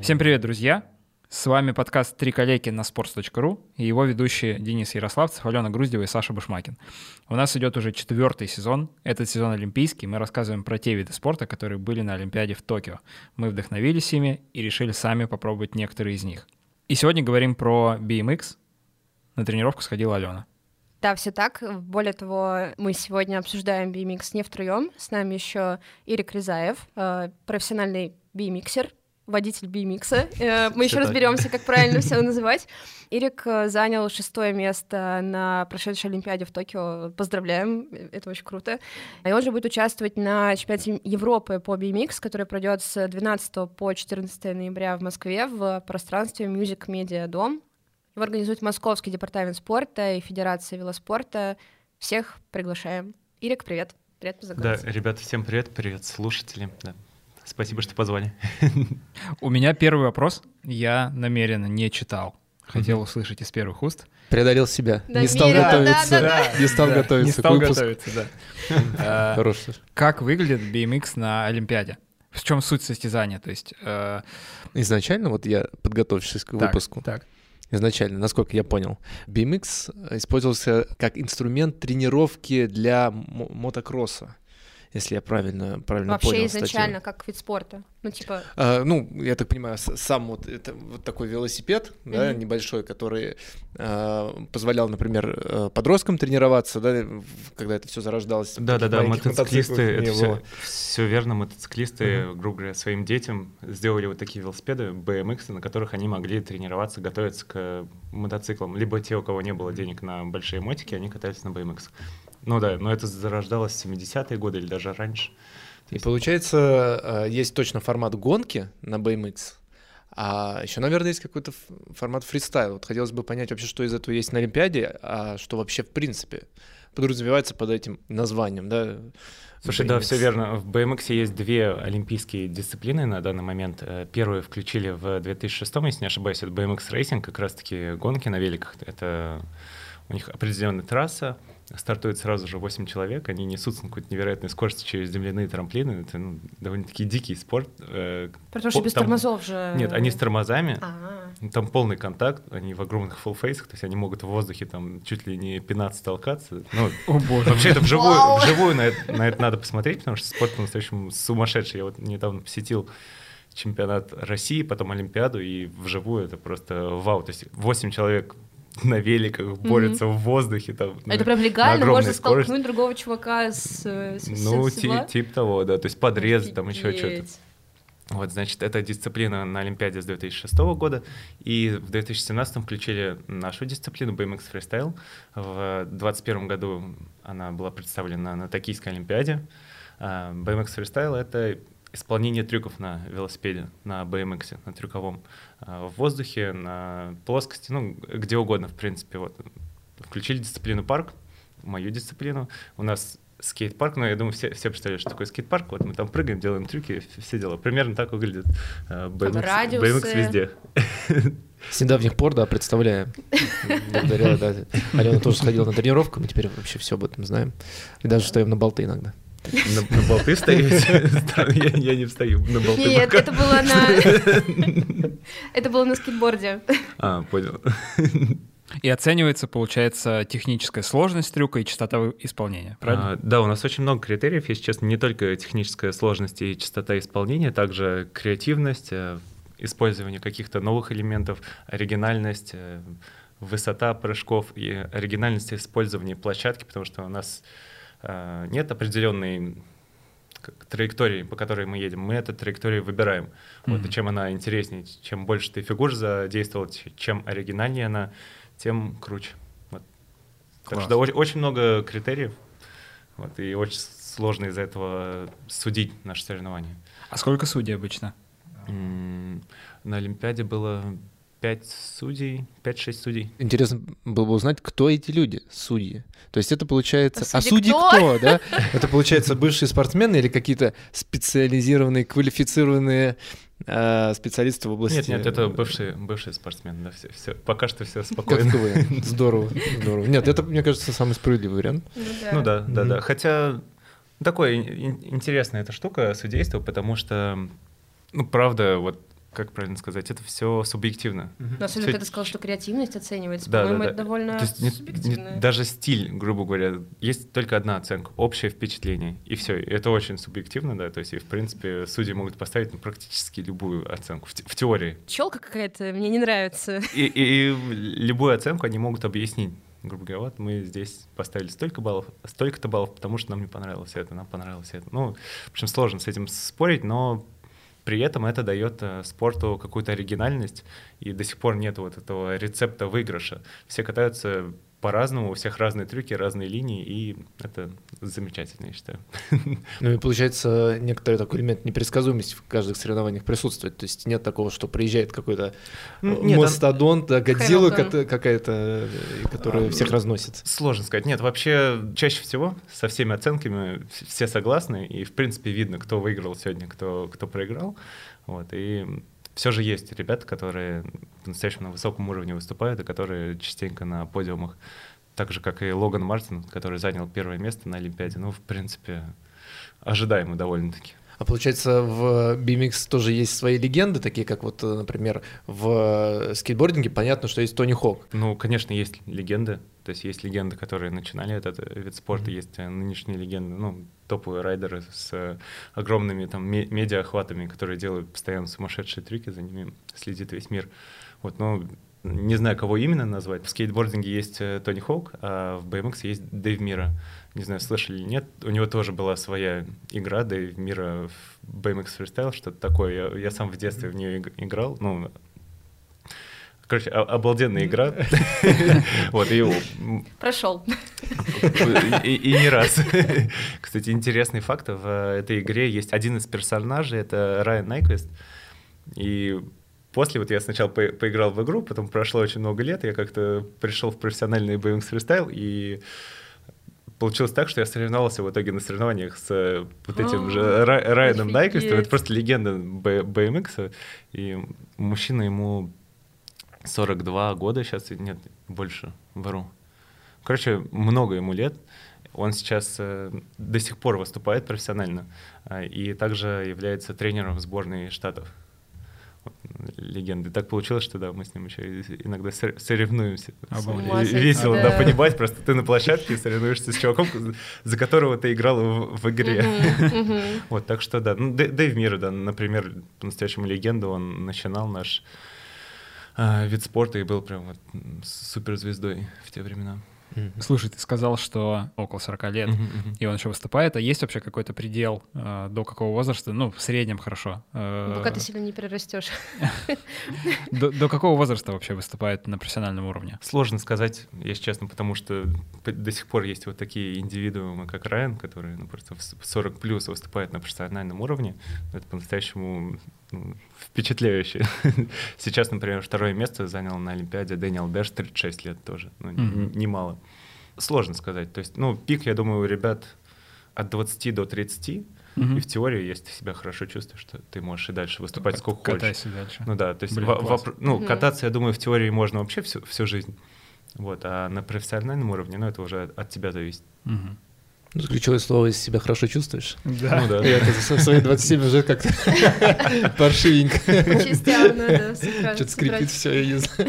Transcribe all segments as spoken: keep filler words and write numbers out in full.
Всем привет, друзья! С вами подкаст «Три коллеги» на sports точка ру и его ведущие Денис Ярославцев, Алена Груздева и Саша Бушмакин. У нас идет уже четвертый сезон. Этот сезон олимпийский. Мы рассказываем про те виды спорта, которые были на Олимпиаде в Токио. Мы вдохновились ими и решили сами попробовать некоторые из них. И сегодня говорим про би эм икс. На тренировку сходила Алена. Да, все так. Более того, мы сегодня обсуждаем би эм икс не втроем. С нами еще Ирик Рязаев, профессиональный би эм иксер, водитель би эм икса. Мы еще разберемся, как правильно все называть. Ирик занял шестое место на прошедшей Олимпиаде в Токио. Поздравляем, это очень круто. И он же будет участвовать на чемпионате Европы по би эм икс, который пройдет с двенадцатого по четырнадцатое ноября в Москве в пространстве Music Media Dome. Его организует Московский департамент спорта и Федерация велоспорта. Всех приглашаем. Ирик, привет. Привет, познакомиться. Да, ребята, всем привет, привет, слушатели. Да. Спасибо, что позвали. У меня первый вопрос. Я намеренно не читал. Хотел услышать из первых уст. Преодолел себя. Да, не стал да, готовиться. да, да, не стал Да, готовиться. Не стал к выпуску. готовиться, да. Хорош. Как выглядит би эм икс на Олимпиаде? В чем суть состязания? То есть, э, Изначально, вот я, подготовившись к так, выпуску, так. изначально, насколько я понял, би эм икс использовался как инструмент тренировки для м- мотокросса, если я правильно, правильно Вообще понял изначально статью. как вид спорта. Ну, типа... А, ну, я так понимаю, с- сам вот, это, вот такой велосипед, да, Мгм. небольшой, который а, позволял, например, а, подросткам тренироваться, да, в- когда это все зарождалось. Да-да-да, Маленьких мотоциклисты, мотоциклов не это все, было. все верно, мотоциклисты, Мгм. грубо говоря, своим детям сделали вот такие велосипеды, би эм икс, на которых они могли тренироваться, готовиться к мотоциклам. Либо те, у кого не было денег на большие мотики, они катались на би эм икс. Ну да, но это зарождалось в семидесятые годы или даже раньше. И получается, а, есть точно формат гонки на би эм икс, а еще, наверное, есть какой-то ф- формат фристайл. Вот хотелось бы понять вообще, что из этого есть на Олимпиаде, а что вообще в принципе подразумевается под этим названием, да? Слушай, да, би эм икс. все верно. В би эм икс есть две олимпийские дисциплины на данный момент. Э, Первую включили в две тысячи шестом, если не ошибаюсь, это би эм икс Racing, как раз-таки гонки на великах. Это у них определенная трасса, стартует сразу же восемь человек, они несутся на какой-то невероятной скорости через земляные трамплины. Это ну, довольно-таки дикий спорт. Э, Потому что по- без там- тормозов же... Нет, они с тормозами. А, Там полный контакт, они в огромных фуллфейсах, то есть они могут в воздухе там чуть ли не пинаться, толкаться. Ну, О боже. вообще это вживую, Вау! вживую на, это, на это надо посмотреть, потому что спорт по-настоящему сумасшедший. Я вот недавно посетил чемпионат России, потом Олимпиаду, и вживую это просто вау. То есть восемь человек на великах борются в воздухе. Там, это на- прям на легально? огромной Можно скорости. столкнуть другого чувака с, с, Ну, с седла? ти- типа того, да. То есть подрез, там еще что-то. Офигеть. Вот, значит, это дисциплина на Олимпиаде с две тысячи шестого года, и в две тысячи семнадцатом включили нашу дисциплину би эм икс Freestyle. В двадцать первом году она была представлена на Токийской Олимпиаде. А, би эм икс Freestyle — это исполнение трюков на велосипеде, на би эм икс, на трюковом, а, в воздухе, на плоскости, ну, где угодно, в принципе. Вот. Включили дисциплину парк, мою дисциплину. У нас скейт-парк, но я думаю, все, все представляют, что такое скейт-парк. Вот мы там прыгаем, делаем трюки, все дела. Примерно так выглядит э, би эм икс, радиусы. би эм икс везде. С недавних пор, да, представляем. Благодаря, да. Алена тоже сходила на тренировку, мы теперь вообще все об этом знаем. И даже встаем на болты иногда. На, на болты встаете? я, я не встаю на болты. Нет, пока. это было на... Это было на скейтборде. А, понял. И оценивается, получается, техническая сложность трюка и частота исполнения, правильно? А, да, у нас очень много критериев, если честно, не только техническая сложность и частота исполнения, также креативность, э, использование каких-то новых элементов, оригинальность, э, высота прыжков и оригинальность использования площадки, потому что у нас э, нет определенной как, траектории, по которой мы едем. Мы эту траекторию выбираем. Вот, Мгм. и чем она интереснее, чем больше ты фигур задействовал, чем оригинальнее она, тем круче. Вот. Так Класс. что да, очень, очень много критериев, вот, и очень сложно из-за этого судить наши соревнования. А сколько судей обычно? М, На Олимпиаде было пять судей, пять-шесть судей. Интересно было бы узнать, кто эти люди, судьи. То есть это получается... А А судьи судьи кто? кто, да? Это получается бывшие спортсмены или какие-то специализированные, квалифицированные э, специалисты в области... Нет, нет, это бывшие, бывшие спортсмены, да, все, все, пока что все Как спокойно. КВН. Здорово, здорово. Нет, это, мне кажется, самый справедливый вариант. Ну да, да, Мгм. да. Хотя такое ин- интересная эта штука судейство, потому что, ну, правда, вот как правильно сказать, это все субъективно. Mm-hmm. Но особенно, Всё... когда ты сказал, что креативность оценивается, да, по-моему, да, да. это довольно То есть не, субъективно. Не, даже стиль, грубо говоря, есть только одна оценка, общее впечатление, и все. Это очень субъективно, да, то есть, и, в принципе, судьи могут поставить ну, практически любую оценку, в, те, в теории. Челка какая-то, мне не нравится. И, и, и любую оценку они могут объяснить. Грубо говоря, вот мы здесь поставили столько баллов, столько-то баллов, потому что нам не понравилось это, нам понравилось это. Ну, в общем, сложно с этим спорить, но при этом это дает спорту какую-то оригинальность, и до сих пор нет вот этого рецепта выигрыша. Все катаются по-разному, у всех разные трюки, разные линии, и это замечательно, я считаю. Ну и получается, некоторый такой элемент непредсказуемости в каждых соревнованиях присутствует. То есть нет такого, что приезжает какой-то нет, мастодонт, а Годзилла какая-то, которая всех разносит. Сложно сказать. Нет, вообще чаще всего со всеми оценками все согласны, и в принципе видно, кто выиграл сегодня, кто, кто проиграл. Вот, и все же есть ребята, которые по-настоящему на высоком уровне выступают, и которые частенько на подиумах, так же, как и Логан Мартин, который занял первое место на Олимпиаде. Ну, в принципе, ожидаемо довольно-таки. А получается, в би эм икс тоже есть свои легенды, такие как вот, например, в скейтбординге понятно, что есть Тони Хоук. Ну, конечно, есть легенды. То есть есть легенды, которые начинали этот вид спорта, mm-hmm. есть нынешние легенды, ну, топовые райдеры с огромными там медиа-охватами, которые делают постоянно сумасшедшие трюки, за ними следит весь мир. Вот, но не знаю, кого именно назвать. В скейтбординге есть Тони Хоук, а в би эм икс есть Дэйв Мира. Не знаю, слышали или нет. У него тоже была своя игра, Дэйв Мира в би эм икс Freestyle, что-то такое. Я, я сам в детстве в нее играл. Ну, короче, обалденная игра. Вот, и... Прошел. И не раз. Кстати, интересный факт. В этой игре есть один из персонажей, это Райан Найквист. И после вот я сначала по поиграл в игру, потом прошло очень много лет, я как-то пришел в профессиональный би эм икс Freestyle, и получилось так, что я соревновался в итоге на соревнованиях с вот этим же Райаном Найквистом. Это просто легенда би эм икс. И мужчина, ему сорок два года сейчас, нет, больше, вру. Короче, много ему лет. Он сейчас э, до сих пор выступает профессионально э, и также является тренером сборной Штатов. Вот, легенды. Так получилось, что да, мы с ним еще иногда соревнуемся. Весело, да. да, понимать, просто ты на площадке соревнуешься с чуваком, за которого ты играл в, в игре. Uh-huh, uh-huh. Вот, так что да. Ну, Дэйв Мира, да, например, по-настоящему легенда, он начинал наш э, вид спорта и был прям вот суперзвездой в те времена. Mm-hmm. Слушай, ты сказал, что около сорока лет, mm-hmm, mm-hmm. и он еще выступает. А есть вообще какой-то предел, э, до какого возраста? Ну, в среднем хорошо. Э, Пока ты сильно не перерастешь. до, до какого возраста вообще выступает на профессиональном уровне? Сложно сказать, если честно, потому что до сих пор есть вот такие индивидуумы, как Райан, которые ну, просто в сорок плюс выступают на профессиональном уровне. Это по-настоящему ну, впечатляюще. Сейчас, например, второе место занял на Олимпиаде Дэниел Дэш, тридцать шесть лет тоже. Ну, mm-hmm. немало. Сложно сказать. То есть, ну, пик, я думаю, у ребят от двадцати до тридцати, mm-hmm. и в теории, если ты себя хорошо чувствуешь, что ты можешь и дальше выступать сколько хочешь. Катайся дальше. Ну да, то есть Блин, в, в, ну, mm-hmm. кататься, я думаю, в теории можно вообще всю, всю жизнь. Вот, а на профессиональном уровне, ну, это уже от тебя зависит. Mm-hmm. Ну, ключевое слово, если себя хорошо чувствуешь. Да. Ну, да. Я со своей двадцати семь уже как-то паршивенько. Частяк надо собрать. Что-то скрипит все, я не знаю.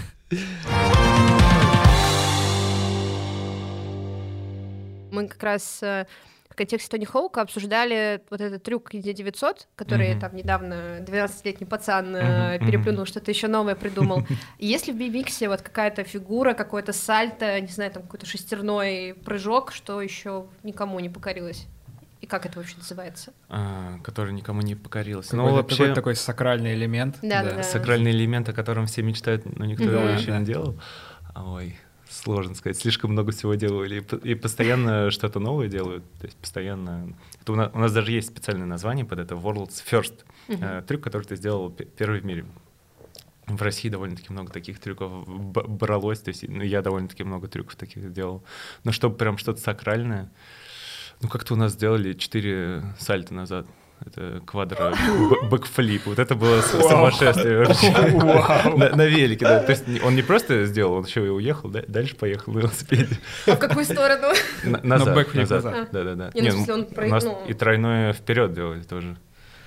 Мы как раз в контексте Тони Хоука обсуждали вот этот трюк Инди девятьсот, который mm-hmm. там недавно двенадцатилетний пацан mm-hmm. переплюнул, mm-hmm. что-то еще новое придумал. И если в би эм иксе вот какая-то фигура, какой-то сальто, не знаю, там какой-то шестерной прыжок, что еще никому не покорилось? И как это вообще называется? А, который никому не покорился. Ну, вообще... Такой, такой сакральный элемент. Да, да, да. Сакральный элемент, о котором все мечтают, но никто mm-hmm. его еще да. не делал. Ой, сложно сказать. Слишком много всего делали. И постоянно что-то новое делают. То есть постоянно... Это у, нас, у нас даже есть специальное название под это. World's First. Mm-hmm. Трюк, который ты сделал первый в мире. В России довольно-таки много таких трюков бралось. То есть ну, я довольно-таки много трюков таких делал. Но чтобы прям что-то сакральное... Ну, как-то у нас сделали четыре сальта назад. Это квадро бэкфлип. Вот это было сумасшествие вообще. на, на велике, да. То есть он не просто сделал, он еще и уехал, да? Дальше поехал на велосипеде. А в какую сторону? На, назад, назад. Да-да-да. Не, ну, он у нас и тройное вперед делали тоже.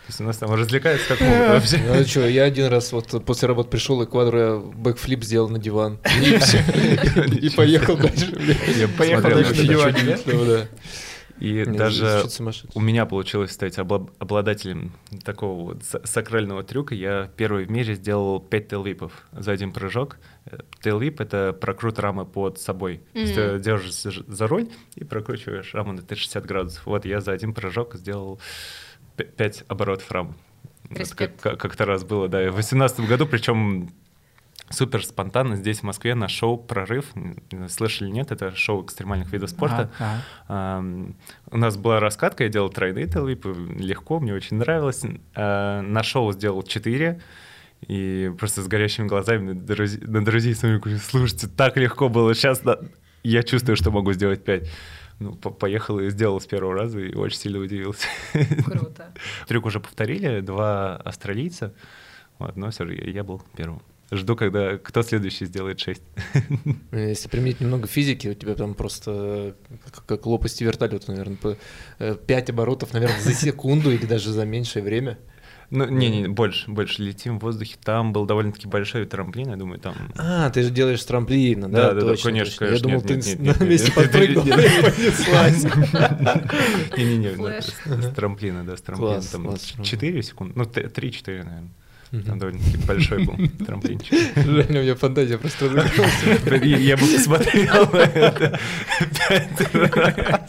есть у нас там развлекаются как могут вообще. Ну а что, я один раз вот после работы пришел, и квадро бэкфлип сделал на диван. И поехал дальше. Я поехал дальше на диване. И Не, даже звучит сумасшедше. у меня получилось стать обла- обладателем такого вот са- сакрального трюка. Я первый в мире сделал пять тейлвипов за один прыжок. Тейлвип — это прокрут рамы под собой. То есть ты держишься ж- за руль и прокручиваешь раму на триста шестьдесят градусов. Вот я за один прыжок сделал п- пять оборотов рамы. Это Респект. как- как-то раз было, да, в две тысячи восемнадцатом году, причем супер спонтанно здесь, в Москве, на шоу «Прорыв». Слышали, нет? Это шоу экстремальных видов спорта. Ага, ага. Um, у нас была раскатка, я делал тройные тейлвипы, легко, мне очень нравилось. Uh, на шоу сделал четыре, и просто с горящими глазами на друзей, на друзей своих говорю: слушайте, так легко было, сейчас на... я чувствую, что могу сделать пять. Ну, по- поехал и сделал с первого раза, и очень сильно удивился. Круто. Трюк уже повторили, два австралийца, вот, но все же я, я был первым. Жду, когда кто следующий сделает шесть. Если применить немного физики, у тебя там просто как, как лопасти вертолета, наверное, по пять оборотов, наверное, за секунду или даже за меньшее время. Ну, не-не, больше, больше летим в воздухе. Там был довольно-таки большой трамплин, я думаю, там... А, ты же делаешь с трамплина, да? Да, да, да, точно, конечно, точно. конечно. Я думал, Нет, ты нет, нет, на нет, месте нет, подпрыгнул и нет, нет. понеслась. Не-не-не, Флэш. да, с трамплина, да, с трамплина. Класс, Там класс. четыре секунды, ну, три-четыре, наверное. Там Мгм. довольно-таки большой был трамплинчик. Жаль, у меня фантазия просто разыгралась. Я я бы посмотрел на это пять раз.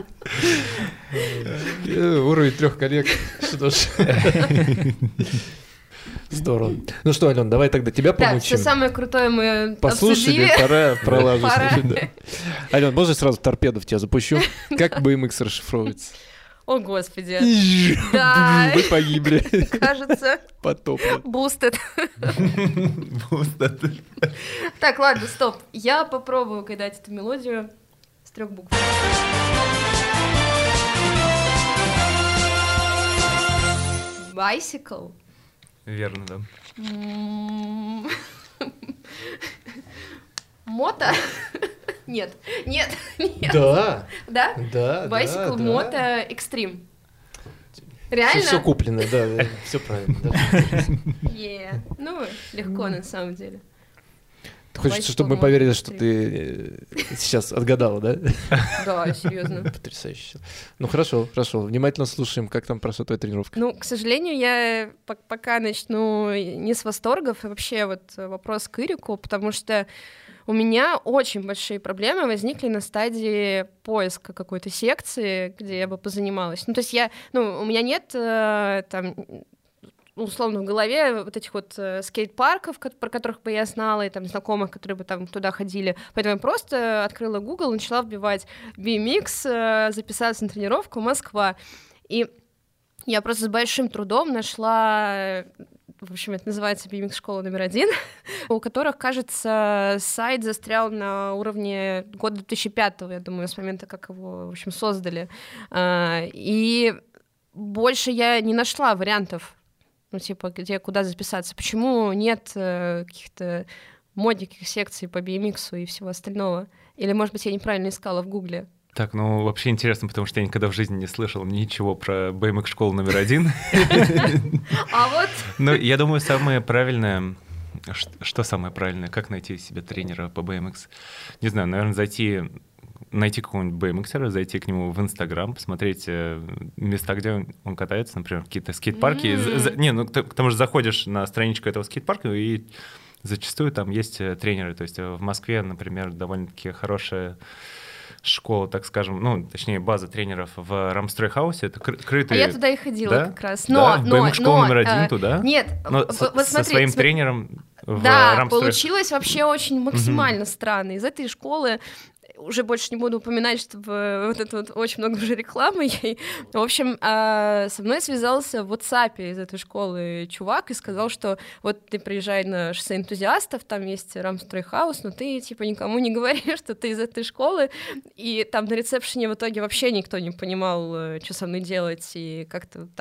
Э, Уровень трех коллег. Что ж. Здорово. Ну что, Ален, давай тогда тебя Так, все помучим. самое крутое мы Послушали, обсудили. пора пролаживать. Пора. значит, да. Ален, можно сразу торпеду в тебя запущу? Как би эм икс расшифровывается? О, господи. Да. Вы погибли. Кажется, Потоплен. бустед. Так, ладно, стоп. Я попробую угадать эту мелодию с трех букв. Bicycle. Верно, да. М, Мото? Нет, нет, нет. Да, Да? да, Bicycle, мото, экстрим. Реально? Все куплено, да, все правильно. да. Е, Ну, легко на самом деле. Хочется, Bicycle, чтобы мы moto, поверили, что extreme. ты э, сейчас отгадала, да? Да, серьезно. Потрясающе. Ну хорошо, хорошо. Внимательно слушаем, как там прошла твоя тренировка. Ну, к сожалению, я по- пока начну не с восторгов, и вообще вот вопрос к Ирику, потому что у меня очень большие проблемы возникли на стадии поиска какой-то секции, где я бы позанималась. Ну, то есть я, ну, у меня нет э, там условно в голове вот этих вот э, скейт-парков, ко- про которых бы я знала, и там знакомых, которые бы там туда ходили. Поэтому я просто открыла Google, начала вбивать би эм икс, э, записаться на тренировку Москва. И я просто с большим трудом нашла, в общем, это называется би эм икс-школа номер один, у которых, кажется, сайт застрял на уровне года две тысячи пятого, я думаю, с момента, как его, в общем, создали. А, И больше я не нашла вариантов, ну, типа, где, куда записаться. Почему нет э, каких-то модненьких секций по би эм икс и всего остального? Или, может быть, я неправильно искала в Гугле? Так, ну вообще интересно, потому что я никогда в жизни не слышал ничего про би эм икс-школу номер один. А вот... Ну, я думаю, самое правильное... ш- Что самое правильное? Как найти себе тренера по би эм икс? Не знаю, наверное, зайти... Найти какого-нибудь би эм иксера, зайти к нему в Инстаграм, посмотреть э, места, где он, он катается, например, какие-то скейт-парки. М. За- за- Не, ну, к к тому же заходишь на страничку этого скейт-парка, и зачастую там есть э, тренеры. То есть э, в Москве, например, довольно-таки хорошая школа, так скажем, ну, точнее, база тренеров в Рамстройхаусе. Это кры- А крытые... я туда и ходила Да? как раз. Да, Но, в но, би эм икс-школу но, номер один э, туда? Нет, Но в- с- вот со смотри, своим смотри. тренером в Да, Рамстрой- получилось вообще очень максимально странно. Из этой школы уже больше не буду упоминать, чтобы вот это вот очень много уже рекламы ей. В общем, а, со мной связался в WhatsApp из этой школы чувак и сказал, что вот ты приезжай на шоссе энтузиастов, там есть Рамстройхаус, но ты типа никому не говори, что ты из этой школы. И там на ресепшене в итоге вообще никто не понимал, э, что со мной делать, и как-то там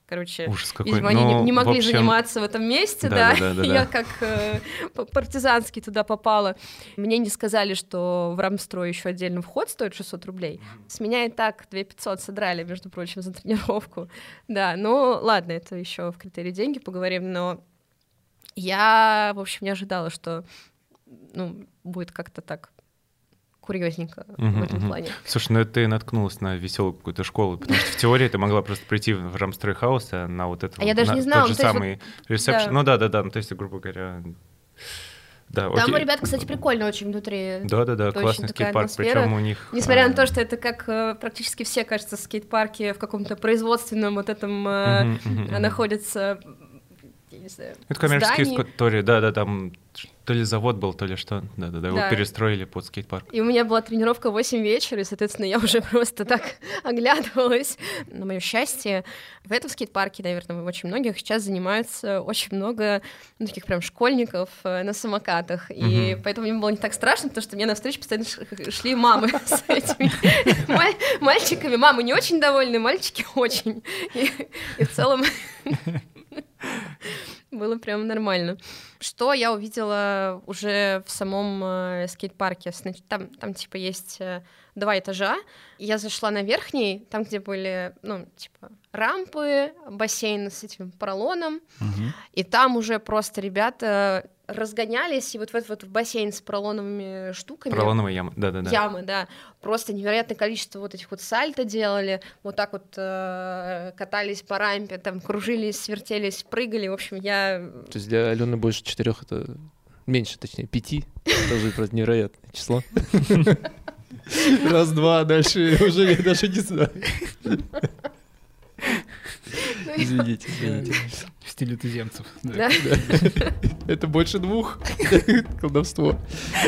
Короче, Ужас какой. видимо, они ну, не, не могли общем... заниматься в этом месте, да. да, да, да, да я да. как э, партизански туда попала. Мне не сказали, что в рамстрой еще отдельно вход стоит шестьсот рублей. С меня и так две тысячи пятьсот содрали, между прочим, за тренировку. Да, ну ладно, это еще в критерии деньги поговорим, но я, в общем, не ожидала, что ну, будет как-то так курьезненько uh-huh, в этом uh-huh. плане. Слушай, ну это ты наткнулась на веселую какую-то школу, потому что в теории ты могла просто прийти в Рамстрой Хаус, а на вот это а я даже на не знала, тот же ну, самый вот, ресепшн. да. Ну да, да, да, ну то есть, грубо говоря, да, Там окей. у ребят, кстати, прикольно очень внутри. Да, да, да, классный скейт-парк, причем у них. Несмотря на то, что это как э, практически все, кажется, скейт-парки в каком-то производственном вот этом э, uh-huh, uh-huh, uh-huh. находятся. Не знаю, это коммерческие здании. истории, да-да, там то ли завод был, то ли что, да-да-да, его Да. перестроили под скейт-парк. И у меня была тренировка в восемь вечера, и, соответственно, я уже просто так оглядывалась. На мое счастье, в этом скейт-парке, наверное, в очень многих сейчас занимаются очень много ну, таких прям школьников э, на самокатах, и Mm-hmm. поэтому мне было не так страшно, потому что мне навстречу постоянно ш- шли мамы с этими маль- мальчиками. Мамы не очень довольны, мальчики очень. И, и в целом... Было прям нормально. Что я увидела уже в самом э, скейт-парке? Значит, там, там, типа, есть э, два этажа. Я зашла на верхний, там, где были, ну, типа, рампы, бассейн с этим поролоном. Мгм. И там уже просто ребята разгонялись, и вот в этот вот бассейн с поролоновыми штуками. Поролоновая яма, да-да-да. Ямы, да. Просто невероятное количество вот этих вот сальто делали, вот так вот э, катались по рампе, там кружились, свертелись, прыгали. В общем, я... То есть для Алены больше четырех это меньше, точнее, пяти. Тоже просто невероятное число. Раз-два, дальше уже я даже не знаю. Извините, извините. В стиле туземцев. Да. Это больше двух. Колдовство.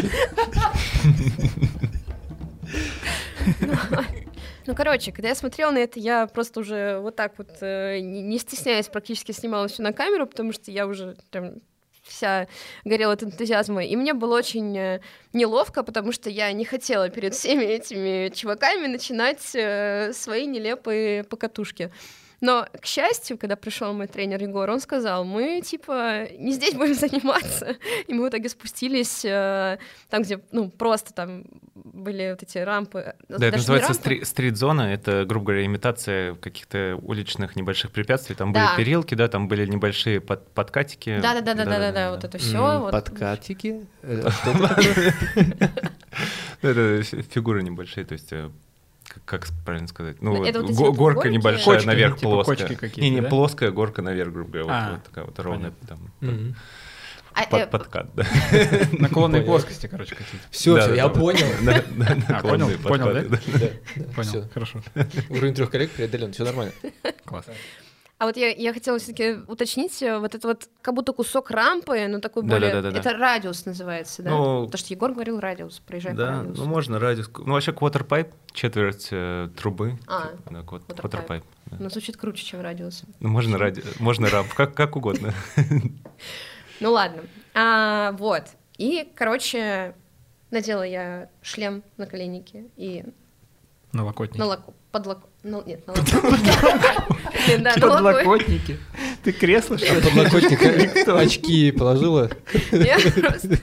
Ну, короче, когда я смотрела на это, я просто уже вот так вот, э, не не стесняясь, практически снимала все на камеру, потому что я уже прям вся горела от энтузиазма. И мне было очень э, неловко, потому что я не хотела перед всеми этими чуваками начинать э, свои нелепые покатушки. Но, к счастью, когда пришел мой тренер Егор, он сказал, мы, типа, не здесь будем заниматься. И мы в итоге спустились э, там, где, ну, просто там были вот эти рампы. Да, это называется стри- стрит-зона, это, грубо говоря, имитация каких-то уличных небольших препятствий. Там Да. были перилки, да, там были небольшие под- подкатики. Да-да-да-да-да-да, вот это все. Подкатики? Это фигуры небольшие, то есть... э, Как как правильно сказать? Ну, Ну, вот это вот эти го- вот горка горки? небольшая, Кочки, наверх типа плоская. кочки какие-то, Не, не, да? плоская горка наверх, грубо говоря. А, вот, вот такая вот ровная там, Мгм. А, под- э, подкат, да. Наклонные Понял. плоскости, короче, какие-то. Все, Да, все, да, я да. понял. Да, да, А, понял, наклонные понял, подкаты, да? да. Да, да, Понял, всё. хорошо. Уровень трех коллег преодолен, все нормально. Класс. А вот я, я хотела все-таки уточнить, э, вот это вот как будто кусок рампы, но такой более... Да-да-да-да-да. Это радиус называется, да? Ну, Потому что Егор говорил радиус, проезжай по Да, радиусу. ну можно радиус. Ну вообще квотерпайп, четверть э, трубы. А, Да, квот- quarter квотерпайп. да. Ну, звучит круче, чем радиус. Ну можно ради, можно рамп, как как угодно. Ну, ладно. А, вот. И, короче, надела я шлем на коленники и Налокотники. на лаку... Подлок... Ну, нет, на лаку. Блин, да, на лаку. Подлокотники. Ты кресло, что ли? Подлокотник очки положила. Я просто...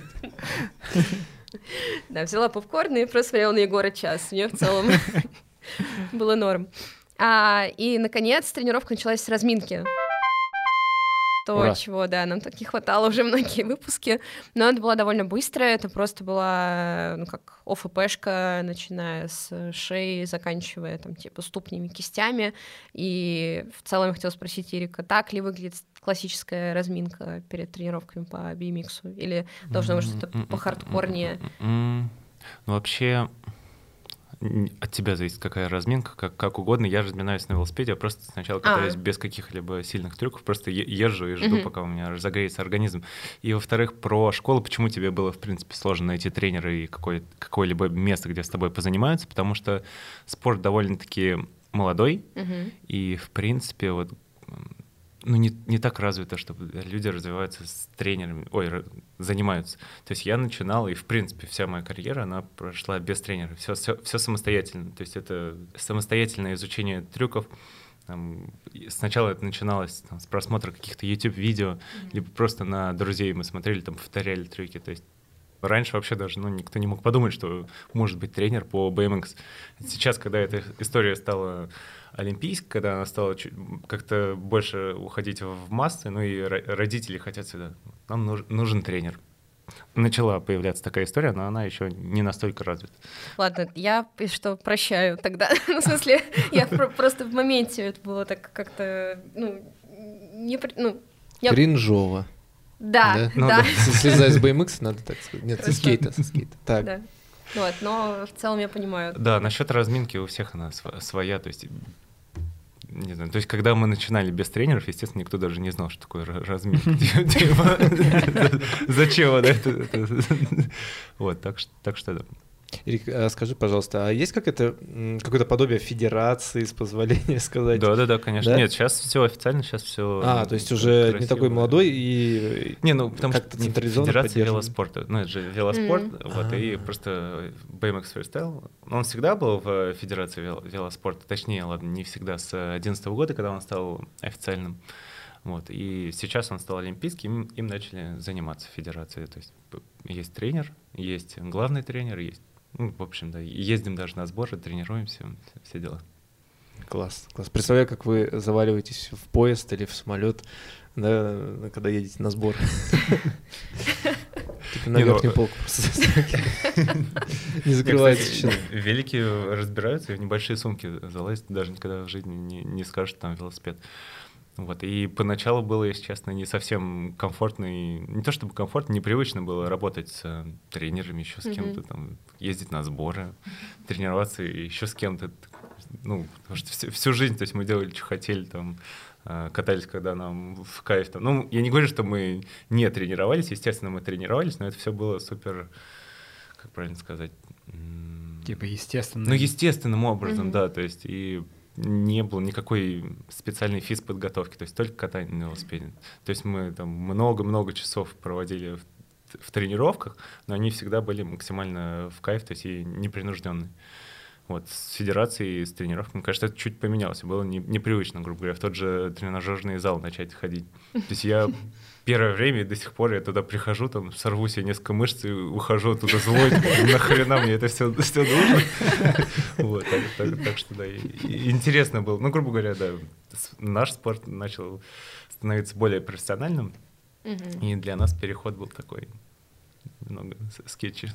Да, взяла попкорн и просто смотрела на Егора час. Мне в целом было норм. А, и, наконец, тренировка началась с разминки. То, Ура. чего, да, нам так не хватало уже многие выпуски. Но это было довольно быстро. Это просто была, ну, как ОФПшка, начиная с шеи, заканчивая, там, типа, ступнями, кистями. И в целом я хотела спросить Ирика, так ли выглядит классическая разминка перед тренировками по би эм икс? Или должно быть что-то похардкорнее? М, Ну вообще н- от тебя зависит, какая разминка, как, как угодно. Я разминаюсь на велосипеде, я просто сначала катаюсь А. без каких-либо сильных трюков, просто е- езжу и жду, Мгм. пока у меня разогреется организм. И, во-вторых, про школу, почему тебе было, в принципе, сложно найти тренера и какое- какое-либо место, где с тобой позанимаются, потому что спорт довольно-таки молодой, Мгм. и, в принципе, вот м, ну, не, не так развито, чтобы люди развиваются с тренерами, ой, ра- занимаются. То есть я начинал, и, в принципе, вся моя карьера, она прошла без тренера, все, все, все самостоятельно. То есть это самостоятельное изучение трюков, Там, сначала это начиналось там, с просмотра каких-то YouTube-видео, mm-hmm. либо просто на друзей мы смотрели, там, повторяли трюки. То есть раньше вообще даже ну, никто не мог подумать, что может быть тренер по би эм икс. Сейчас, когда эта история стала олимпийской, когда она стала чуть, как-то больше уходить в массы, ну и родители хотят сюда, нам нужен, нужен тренер. Начала появляться такая история, но она еще не настолько развита. Ладно, я что, прощаю тогда. Ну, в смысле, я просто в моменте это было так как-то, ну, не... Ну, я... Кринжово. Да, да. Ну, да. да. Слезая с би эм икс, надо так сказать. Нет, со скейта, со скейта. Так. Да. Вот, но в целом я понимаю. Да, насчет разминки у всех она своя, то есть... Не знаю, то есть, когда мы начинали без тренеров, естественно, никто даже не знал, что такое разминка. Зачем это? Вот, так что да. Ирик, скажи, пожалуйста, а есть какое-то, какое-то подобие федерации, с позволения сказать? Да-да-да, конечно. Да? Нет, сейчас все официально, сейчас все. А, то есть уже красиво. Не такой молодой и не, ну, потому как-то что федерация велоспорта. Ну, это же велоспорт, mm-hmm. вот, А-а-а. И просто би эм икс Freestyle, он всегда был в федерации велоспорта, точнее, ладно, не всегда, с две тысячи одиннадцатого года, когда он стал официальным. Вот, и сейчас он стал олимпийским, им, им начали заниматься федерацией. То есть есть тренер, есть главный тренер, есть ну, в общем, да, ездим даже на сборы, тренируемся, все, все дела. Класс, класс. Представляю, как вы заваливаетесь в поезд или в самолет, да, когда едете на сбор. На верхнюю полку просто. Не закрывается. Велики разбираются и в небольшие сумки залазят, даже никогда в жизни не скажешь, что там велосипед. Вот. И поначалу было, если честно, не совсем комфортно, и не то чтобы комфортно, непривычно было работать с тренерами, еще с mm-hmm. кем-то, там, ездить на сборы, тренироваться еще с кем-то. Ну, потому что всю, всю жизнь, то есть мы делали, что хотели, там, катались, когда нам в кайф. Там. Ну, я не говорю, что мы не тренировались, естественно, мы тренировались, но это все было супер, как правильно сказать? Типа естественно. Ну, естественным образом, mm-hmm. да, то есть и не было никакой специальной физподготовки, то есть только катание на велосипеде. То есть мы там много-много часов проводили в, в тренировках, но они всегда были максимально в кайф, то есть и непринужденные. Вот, с федерацией, с тренировками, кажется, это чуть поменялось. Было не, непривычно, грубо говоря, в тот же тренажерный зал начать ходить. То есть я первое время до сих пор я туда прихожу, там сорву себе несколько мышц и ухожу оттуда злой. Нахрена мне это все, все нужно? Вот, так, так, так что да, и, и интересно было. Ну, грубо говоря, да, наш спорт начал становиться более профессиональным, mm-hmm. и для нас переход был такой немного скетчи.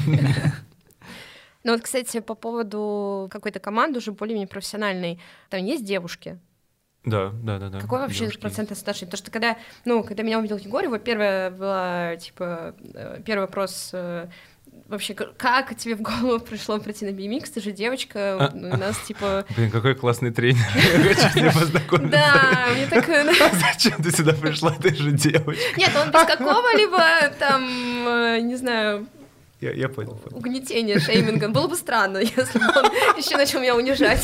Ну вот, кстати, по поводу какой-то команды уже более-менее профессиональной, там есть девушки? Да, да, да, да. Какой вообще процентное соотношение? Потому что когда, ну, когда меня увидел Егор, его первая была, типа, первый вопрос вообще, как тебе в голову пришло прийти на би эм икс? Ты же девочка, а, у нас, типа... Блин, какой классный тренер, я хочу с ним познакомиться. Да, мне так... Зачем ты сюда пришла, ты же девочка? Нет, он без какого-либо, там, не знаю... Я, я понял, понял. Угнетение, шейминга. Было бы странно, если бы он еще начал меня унижать.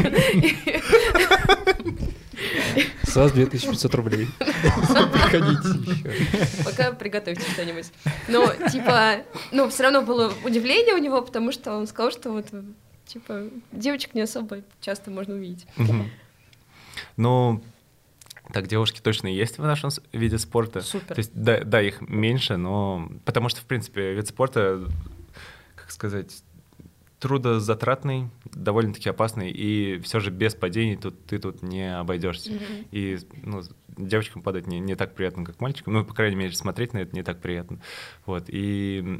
С вас две тысячи пятьсот рублей. Приходите еще. Пока приготовьте что-нибудь. Но, типа, ну, все равно было удивление у него, потому что он сказал, что вот, типа, девочек не особо часто можно увидеть. Ну... Так, девушки точно есть в нашем виде спорта. Супер. То есть, да, да, их меньше, но... Потому что, в принципе, вид спорта, как сказать, трудозатратный, довольно-таки опасный, и все же без падений тут, ты тут не обойдешься. Mm-hmm. И ну, девочкам падать не, не так приятно, как мальчикам. Ну, по крайней мере, смотреть на это не так приятно. Вот, и...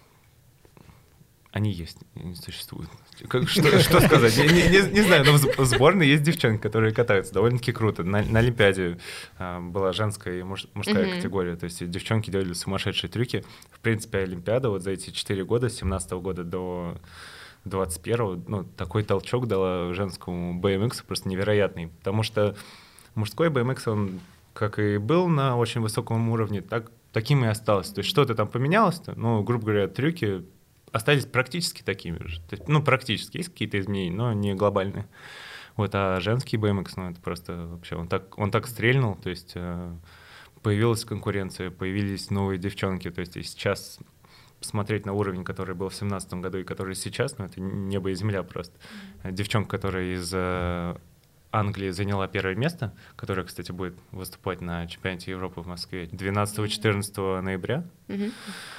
Они есть, они существуют. Как, что, что сказать? Не, не, не знаю, но в сборной есть девчонки, которые катаются довольно-таки круто. На, на Олимпиаде а, была женская и муж, мужская mm-hmm. категория. То есть девчонки делали сумасшедшие трюки. В принципе, Олимпиада вот за эти четыре года, с семнадцатого года до двадцать первого, ну, такой толчок дала женскому би эм икс просто невероятный. Потому что мужской би эм икс, он как и был на очень высоком уровне, так, таким и остался. То есть что-то там поменялось-то, ну, грубо говоря, трюки остались практически такими же. То есть, ну, практически есть какие-то изменения, но не глобальные. Вот, а женский би эм икс, ну, это просто вообще, он так, он так стрельнул, то есть э, появилась конкуренция, появились новые девчонки, то есть и сейчас посмотреть на уровень, который был в семнадцатом году и который сейчас, ну, это небо и земля просто. Mm-hmm. Девчонка, которая из э, Англия заняла первое место, которое, кстати, будет выступать на чемпионате Европы в Москве двенадцатого-четырнадцатого ноября. Мгм.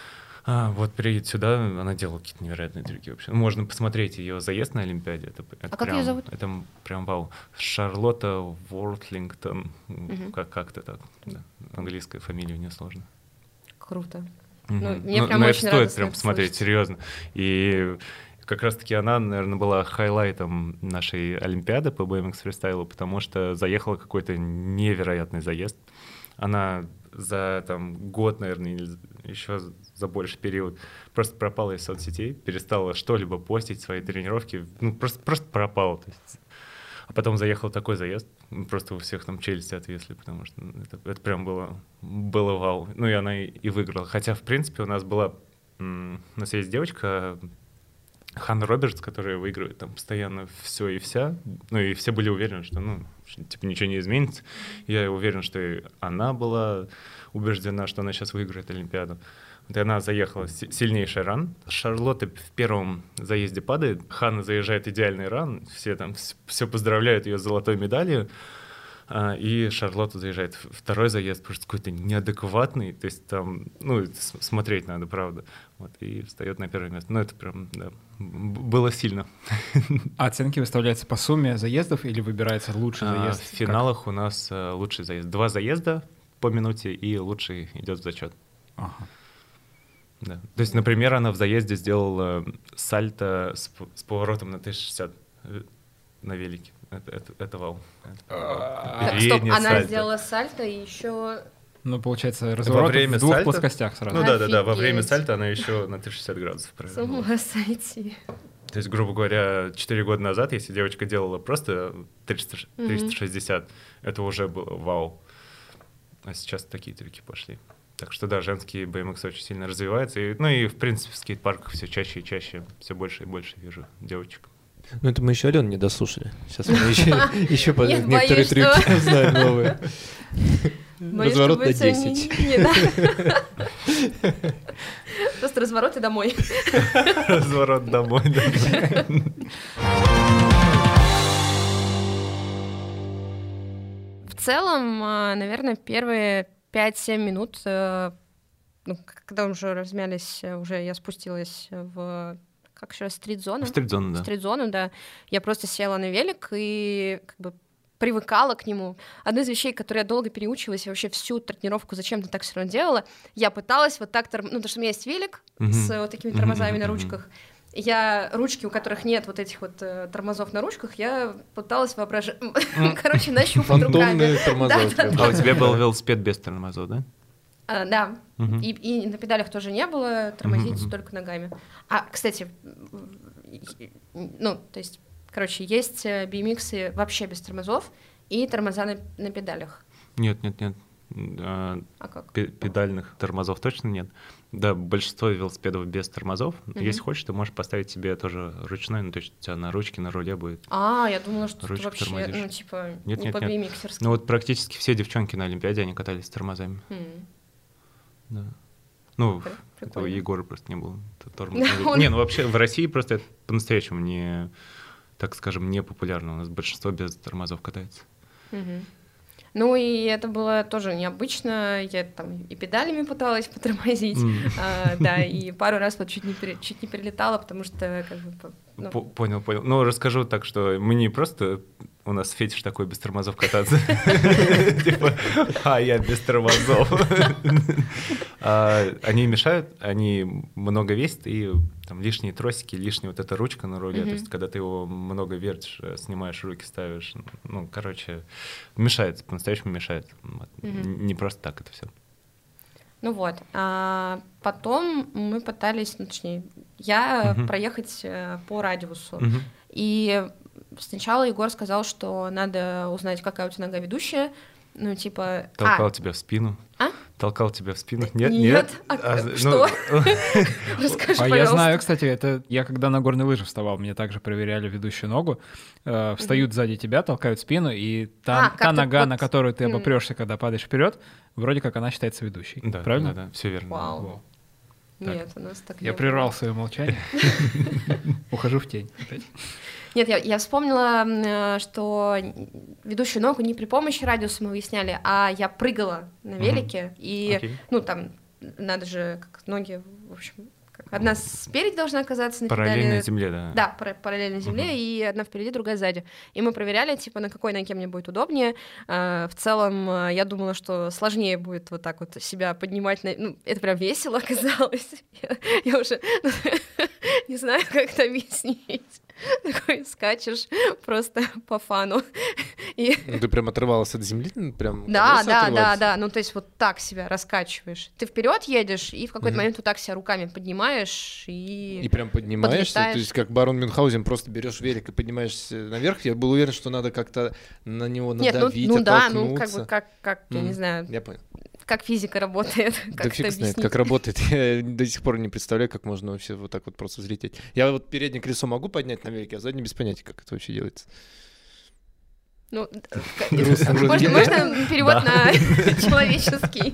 А, вот приедет сюда, она делала какие-то невероятные трюки вообще. Можно посмотреть ее заезд на Олимпиаде. Это, это А как прям, её зовут? Это прям вау. Шарлотта Уортлингтон, Мгм. как- как-то так. Да. Английская фамилия несложная. Круто. Мгм. Ну, мне Но- прям но очень это стоит радостно прям это посмотреть, слышать. серьезно. И как раз-таки она, наверное, была хайлайтом нашей Олимпиады по би эм икс фристайлу, потому что заехала какой-то невероятный заезд. Она за там, год, наверное, или еще за больший период просто пропала из соцсетей, перестала что-либо постить, свои тренировки, ну, просто, просто пропала. То есть. А потом заехал такой заезд, просто у всех там челюсти отвисли, потому что ну, это, это прям было, было вау. Ну и она и, и выиграла. Хотя, в принципе, у нас была, м, у нас есть девочка, Ханна Робертс, которая выигрывает там постоянно все и вся. Ну и все были уверены, что ну, типа ничего не изменится. Я уверен, что и она была убеждена, что она сейчас выиграет Олимпиаду. Вот и она заехала, си- сильнейший ран. Шарлотта в первом заезде падает, Ханна заезжает идеальный ран, все там все поздравляют ее с золотой медалью. А, И Шарлотта заезжает в второй заезд, просто какой-то неадекватный, то есть там, ну, с- смотреть надо, правда, вот, и встает на первое место. Ну, это прям, да, б- было сильно. А оценки выставляются по сумме заездов или выбирается лучший А, заезд? В финалах у нас а, лучший заезд. Два заезда по минуте, и лучший идет в зачет. Как? Ага. Да. То есть, например, она в заезде сделала сальто с, п- с поворотом на триста шестьдесят э, на велике. Это, это, это вау. Это вау. А, Так, стоп, Переднее она сальто. сделала сальто и еще... Ну, получается, разворот время в двух сальто? плоскостях сразу. Ну да, да, да. Во Офигеть. время сальто она еще на триста шестьдесят градусов С провернула. ума сойти. То есть, грубо говоря, четыре года назад, если девочка делала просто триста, ш- Мгм. триста шестьдесят, это уже было вау. А сейчас такие трюки пошли. Так что да, женский би эм икс очень сильно развивается. И, ну и, в принципе, в скейт-парках все чаще и чаще, все больше и больше вижу девочек. Ну, это мы еще Алену не дослушали. Сейчас мы еще, еще по- Нет, некоторые боюсь, что- трюки узнаем новые. Боюсь, Разворот что на будет не- десять. не- да. Просто разворот и домой. Разворот домой, да. В целом, а, наверное, первые пять-семь минут, э, ну, к- когда уже размялись, э, уже я спустилась в, как еще раз, стрит-зону? Стрит-зона, да. Стрит-зону, да. Я просто села на велик и как бы привыкала к нему. Одна из вещей, которые я долго переучивалась, и вообще всю тренировку зачем-то так все равно делала, я пыталась вот так, торм- ну, потому что у меня есть велик Мгм. с вот такими Мгм, тормозами мгм, на мгм. ручках. Я ручки, у которых нет вот этих вот э, тормозов на ручках, я пыталась воображать, короче, нащупать руками. Фантомные тормоза у тебя. А у тебя был велосипед без тормозов, да? А, да, Мгм. и, и на педалях тоже не было, тормозить Мгм. только ногами. А, кстати, ну, то есть, короче, есть э, би эм иксы вообще без тормозов и тормоза на, на педалях. Нет, нет, нет. А, А как? пе- Педальных тормозов точно нет. Да, большинство велосипедов без тормозов. Мгм. Если хочешь, ты можешь поставить себе тоже ручной, ну, то есть у тебя на ручке, на руле будет. А, я думала, что ты Ручку вообще, тормозишь. ну, типа, Нет, не нет, по нет. би эм иксерски. Ну вот практически все девчонки на Олимпиаде, они катались с тормозами. М, Да. Ну, Пр- это у прикольно. Егора просто не было т- тормоза. Да, он- Не, ну вообще в России просто это по-настоящему не, так скажем, не популярно. У нас большинство без тормозов катается. Мгм. Ну и это было тоже необычно, я там и педалями пыталась потормозить, М. а, да, и пару раз вот чуть не, пере- чуть не перелетала, потому что как бы... по- ну, По- Понял, понял. Ну, расскажу так, что мы не просто... У нас фетиш такой без тормозов кататься. Типа, а я без тормозов. А, Они мешают, они много весят, и там лишние тросики, лишняя вот эта ручка на руле. То Мгм. есть, когда ты его много вертишь, э, снимаешь руки, ставишь, ну, короче, мешает, по-настоящему мешает. Вот. Мгм. Не просто так это все. Ну вот, а потом мы пытались, ну, точнее, я Мгм. проехать э, по радиусу. Мгм. И сначала Егор сказал, что надо узнать, какая у тебя нога ведущая. Ну, типа... Толкал а, тебя в спину. А? Толкал тебя в спину. Нет, Нет. нет. А А, ну, что? расскажи, А я пожалуйста. знаю, кстати, это я когда на горные лыжи вставал, мне также проверяли ведущую ногу. Э, встают сзади тебя, толкают спину, и та, А, та как-то нога, вот, на которую ты м. обопрешься, когда падаешь вперед, вроде как она считается ведущей. Да, Правильно? да, да, все верно. Вау. Во. Нет, у нас так не Я было. прервал свое молчание. Ухожу в тень. опять. Нет, я, я вспомнила, что ведущую ногу не при помощи радиуса мы выясняли, а я прыгала на велике, mm-hmm. и, okay. ну, там, надо же, как ноги, в общем... Одна спереди должна оказаться на параллельно педали. земле, да. Да, пар- параллельно земле, uh-huh. и одна впереди, другая сзади. И мы проверяли, типа, на какой ноге мне будет удобнее. А, в целом, я думала, что сложнее будет вот так вот себя поднимать. На... Ну, это прям весело оказалось. Я, я уже не знаю, как это объяснить. Такой скачешь просто по фану. И... Ну, ты прям отрывалась от земли? Прям да, да, да, да. Ну, то есть вот так себя раскачиваешь. Ты вперед едешь, и в какой-то mm-hmm. момент вот так себя руками поднимаешь и. И прям поднимаешься. Подлетаешь. То есть, как барон Мюнхгаузен, просто берешь велик и поднимаешься наверх. Я был уверен, что надо как-то на него надавить. Нет, ну, ну да, ну как бы как, как mm-hmm. я не знаю. Я понял. Как физика работает, да как фиг это знает, как работает. Я до сих пор не представляю, как можно вообще вот так вот просто взлететь. Я вот переднее колесо могу поднять на велике, а заднее без понятия, как это вообще делается. Ну, можно перевод на человеческий?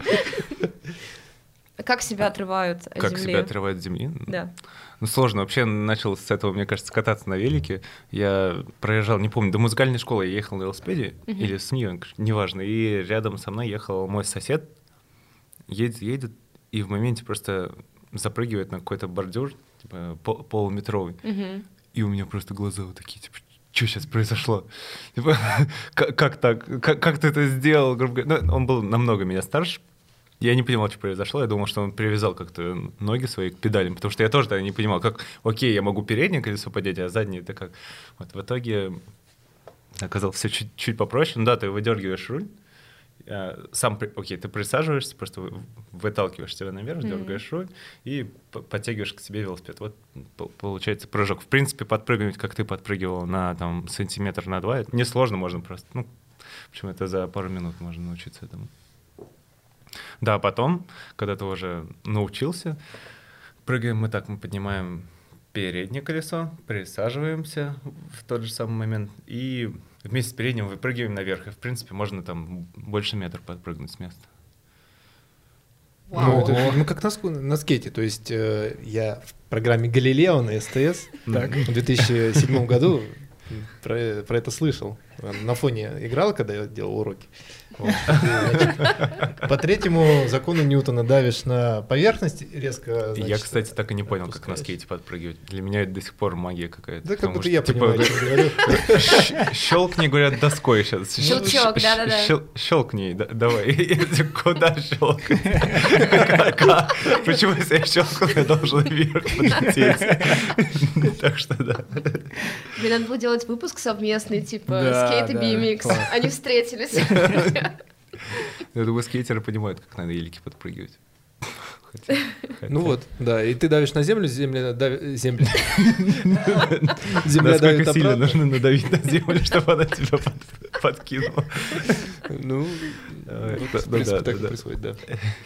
Как себя отрывают от земли? Как себя отрывают от земли? Да. Ну, сложно. Вообще начал с этого, мне кажется, кататься на велике. Я проезжал, не помню, до музыкальной школы я ехал на велосипеде, uh-huh. или с нее, неважно. И рядом со мной ехал мой сосед, едет, едет, и в моменте просто запрыгивает на какой-то бордюр, типа полуметровый. Uh-huh. И у меня просто глаза вот такие, типа, что сейчас произошло? Типа, как, как так? Как, как ты это сделал? Грубо говоря. Ну, он был намного меня старше. Я не понимал, что произошло. Я думал, что он привязал как-то ноги свои к педалям, потому что я тоже тогда не понимал, как, окей, я могу переднее колесо поднять, а заднее это как. Вот в итоге оказалось все чуть, чуть попроще. Ну да, ты выдергиваешь руль, сам, окей, ты присаживаешься, просто выталкиваешь себя наверх, mm-hmm. дергаешь руль и подтягиваешь к себе велосипед. Вот получается прыжок. В принципе, подпрыгнуть, как ты подпрыгивал на там сантиметр на два, это несложно, можно просто, ну, в общем, это за пару минут можно научиться этому. Да, потом, когда ты уже научился, прыгаем мы так, мы поднимаем переднее колесо, присаживаемся в тот же самый момент и вместе с передним выпрыгиваем наверх. И, в принципе, можно там больше метра подпрыгнуть с места. Ну, это, ну, как на, на скейте. То есть э, я в программе «Галилео» на СТС в две тысячи седьмом году про, про это слышал. На фоне играл, когда я делал уроки. Вот. Значит, по третьему закону Ньютона давишь на поверхность резко. Значит, я, кстати, так и не понял, как на скейте подпрыгивать. Для меня это до сих пор магия какая-то. Да, как будто я понимаю, что говорю. Щелкни, говорят, доской сейчас. Щелчок, да-да-да. Щелкни, давай. Куда щелкать? Почему, если я щелкну, я должен вверх подлететь? Так что да. Мне надо было делать выпуск совместный, типа скейт и би эм икс. Они встретились. Я думаю, скейтеры понимают, как надо елики подпрыгивать. Хотя, хотя. Ну вот, да, и ты давишь на землю, земля давит... Земля, земля давит обратно. Сильно нужно надавить на землю, чтобы она тебя под, подкинула. Ну, вот, в принципе, так и происходит, да.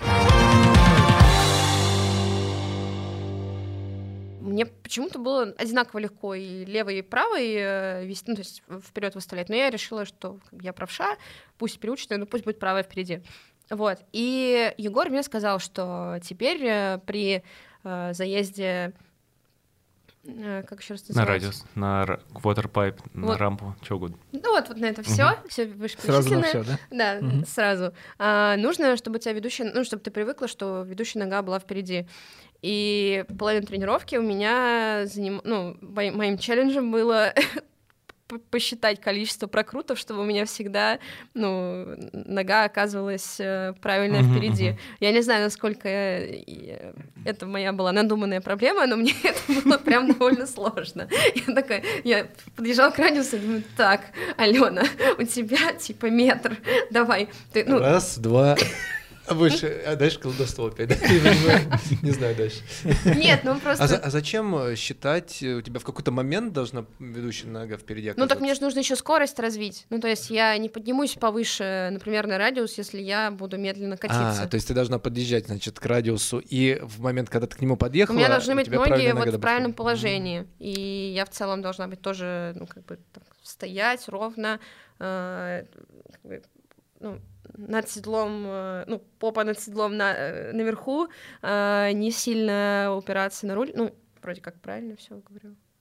Мне почему-то было одинаково легко и левой, и правой э, вести, ну, то есть вперед выставлять. Но я решила, что я правша, пусть переучится, но пусть будет правая впереди. Вот. И Егор мне сказал, что теперь э, при э, заезде... Э, как еще раз называется? На радиус, на квотерпайп, вот. На рампу, что угодно. Ну вот, вот на это все, угу. все сразу на все, да? Да, угу. сразу. А, нужно, чтобы у тебя ведущая, ну, чтобы ты привыкла, что ведущая нога была впереди. И половина тренировки у меня заним... ну, моим челленджем было посчитать количество прокрутов, чтобы у меня всегда, ну, нога оказывалась правильно uh-huh, впереди. Uh-huh. Я не знаю, насколько это моя была надуманная проблема, но мне это было прям довольно сложно. Я такая, я подъезжала к радиусу и думаю, так, Алена, у тебя типа метр, давай. Ты, ну... Раз, два... А больше, а дальше колдовство опять, да? Не знаю дальше. Нет, ну просто... А, за, а зачем считать, у тебя в какой-то момент должна ведущая нога впереди оказаться? Ну так мне же нужно еще скорость развить. Ну то есть я не поднимусь повыше, например, на радиус, если я буду медленно катиться. А, то есть ты должна подъезжать, значит, к радиусу, и в момент, когда ты к нему подъехала... У меня должны быть ноги вот в правильном быть. положении, и я в целом должна быть тоже, ну как бы, так, стоять ровно, э, как бы, ну... над седлом, ну, попа над седлом на, наверху, не сильно упираться на руль. Ну, вроде как правильно все говорю.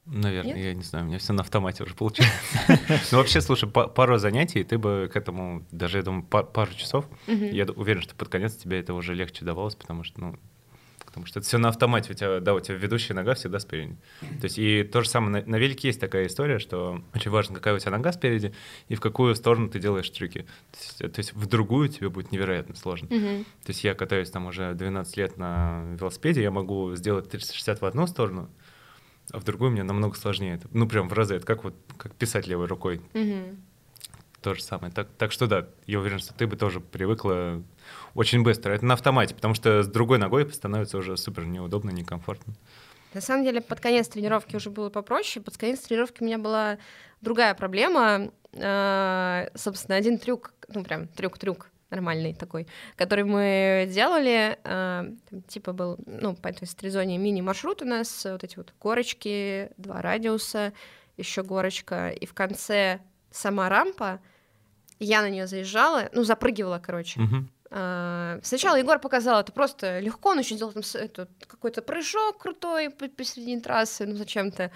Наверное, Нет? я не знаю, у меня все на автомате уже получается. Ну вообще, слушай, пару занятий, ты бы к этому, даже, я думаю, пару часов, я уверен, что под конец тебе это уже легче давалось, потому что, ну, потому что это все на автомате, у тебя, да, у тебя ведущая нога всегда спереди. То есть и то же самое, на, на велике есть такая история, что очень важно, какая у тебя нога спереди и в какую сторону ты делаешь трюки. То есть, то есть в другую тебе будет невероятно сложно. Mm-hmm. То есть я катаюсь там уже двенадцать лет на велосипеде, я могу сделать триста шестьдесят в одну сторону, а в другую мне намного сложнее. Это, ну прям в разы, это как вот как писать левой рукой. Mm-hmm. То же самое. Так, так что да, я уверен, что ты бы тоже привыкла очень быстро. Это на автомате, потому что с другой ногой становится уже супер неудобно, некомфортно. На самом деле, под конец тренировки уже было попроще. Под конец тренировки у меня была другая проблема. Э-э- собственно, один трюк, ну прям трюк-трюк нормальный такой, который мы делали, э- типа был, ну, по этой стрит-зоне мини-маршрут у нас, вот эти вот горочки, два радиуса, еще горочка, и в конце сама рампа, я на нее заезжала, ну, запрыгивала, короче. Uh-huh. Uh, сначала Егор показал, это просто легко, он еще делал там это, какой-то прыжок крутой посередине трассы, ну, зачем-то.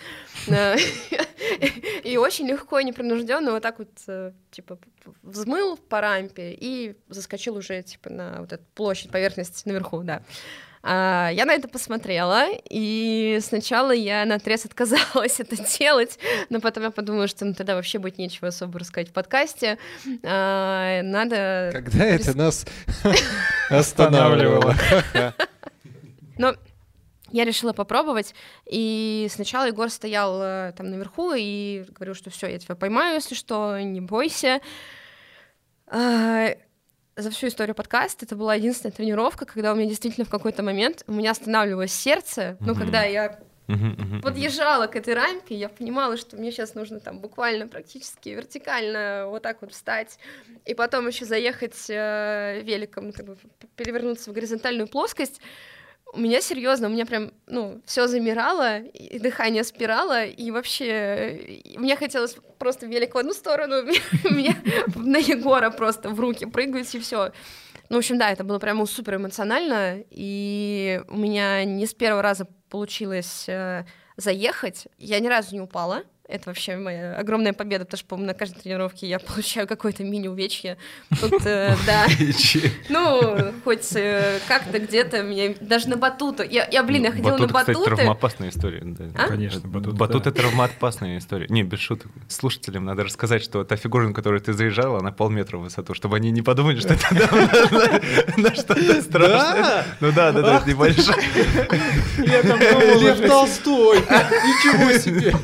И очень легко и непринужденно вот так вот, типа, взмыл по рампе и заскочил уже, типа, на вот эту площадь, поверхность наверху, да. Uh, я на это посмотрела, и сначала я наотрез отказалась это делать, но потом я подумала, что ну, тогда вообще будет нечего особо рассказать в подкасте. Uh, надо... Когда это нас останавливало? Но я решила попробовать, и сначала Егор стоял там наверху и говорил, что все, я тебя поймаю, если что, не бойся. Uh, За всю историю подкаста это была единственная тренировка, когда у меня действительно в какой-то момент у меня останавливалось сердце, mm-hmm. ну, когда я mm-hmm. подъезжала к этой рампе, я понимала, что мне сейчас нужно там буквально практически вертикально вот так вот встать, и потом еще заехать э, великом, как бы перевернуться в горизонтальную плоскость. У меня серьезно, у меня прям, ну, все замирало, и дыхание спирало, и вообще мне хотелось просто велик в одну сторону, мне на Егора просто в руки прыгать, и все. Ну, в общем, да, это было прямо супер эмоционально, и у меня не с первого раза получилось э, заехать, я ни разу не упала. Это вообще моя огромная победа, потому что, по-моему, на каждой тренировке я получаю какое-то мини-увечье. Тут, э, да. Ну, хоть э, как-то где-то мне... Даже на батуту. Я, я блин, я ходила батут, на батуты. Кстати, травмоопасная история. Да. А? Конечно, батут. Батут — это травмоопасная история. Не, без шуток. Слушателям надо рассказать, что та фигура, на которую ты заезжала, она полметра в высоту, чтобы они не подумали, что это на что-то страшное. Ну да, да, да, небольшая. Лев Толстой! Ничего себе!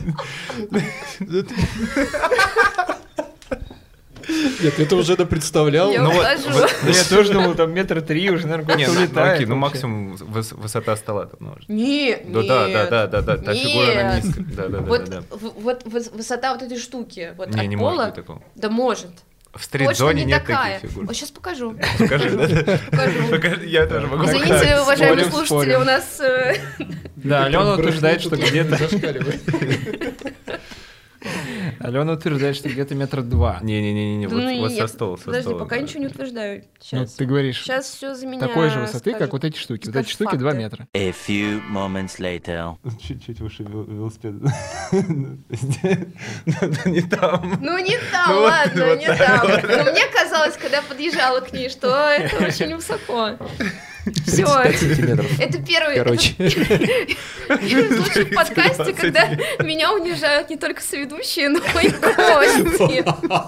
Нет, это уже представлял. Я ну, ухожу. Вот, я тоже думал, там метра три уже, наверное, не, кто-то ну, улетает. окей, ну максимум выс- высота стола там может. Нет, Ну, да, да, да, да, да, та нет. фигура она низкая. Да, да, вот, да, да. в- вот выс- высота вот этой штуки, вот Не, от не пола. может быть такого. Да может. В стрит-зоне Точно не нет такая. таких фигур. Вот сейчас покажу. Покажи, да? Покажу. Покажи, я тоже могу. Извините, Спорим, уважаемые слушатели, спорим. у нас... э, Да, Алена утверждает, что где-то... Зашкаливает. Алена утверждает, что где-то метра два. Не-не-не, Да вот, ну вот нет, со стола, со Подожди, стола. пока ничего не утверждаю. Ну, Сейчас. ты говоришь, Сейчас все за меня такой же высоты, как скажут. вот эти штуки. Вот Скажут эти штуки два факты. метра. A few moments later. Чуть-чуть выше вел- велосипеда. Не там. Ну не там, Ну, вот- ладно, вот не так там. вот. Но мне казалось, когда я подъезжала к ней, что это очень высоко. Все. Сантиметров. Это первый, Короче. это первый случай в подкасте, когда меня унижают не только соведущие, но и гости.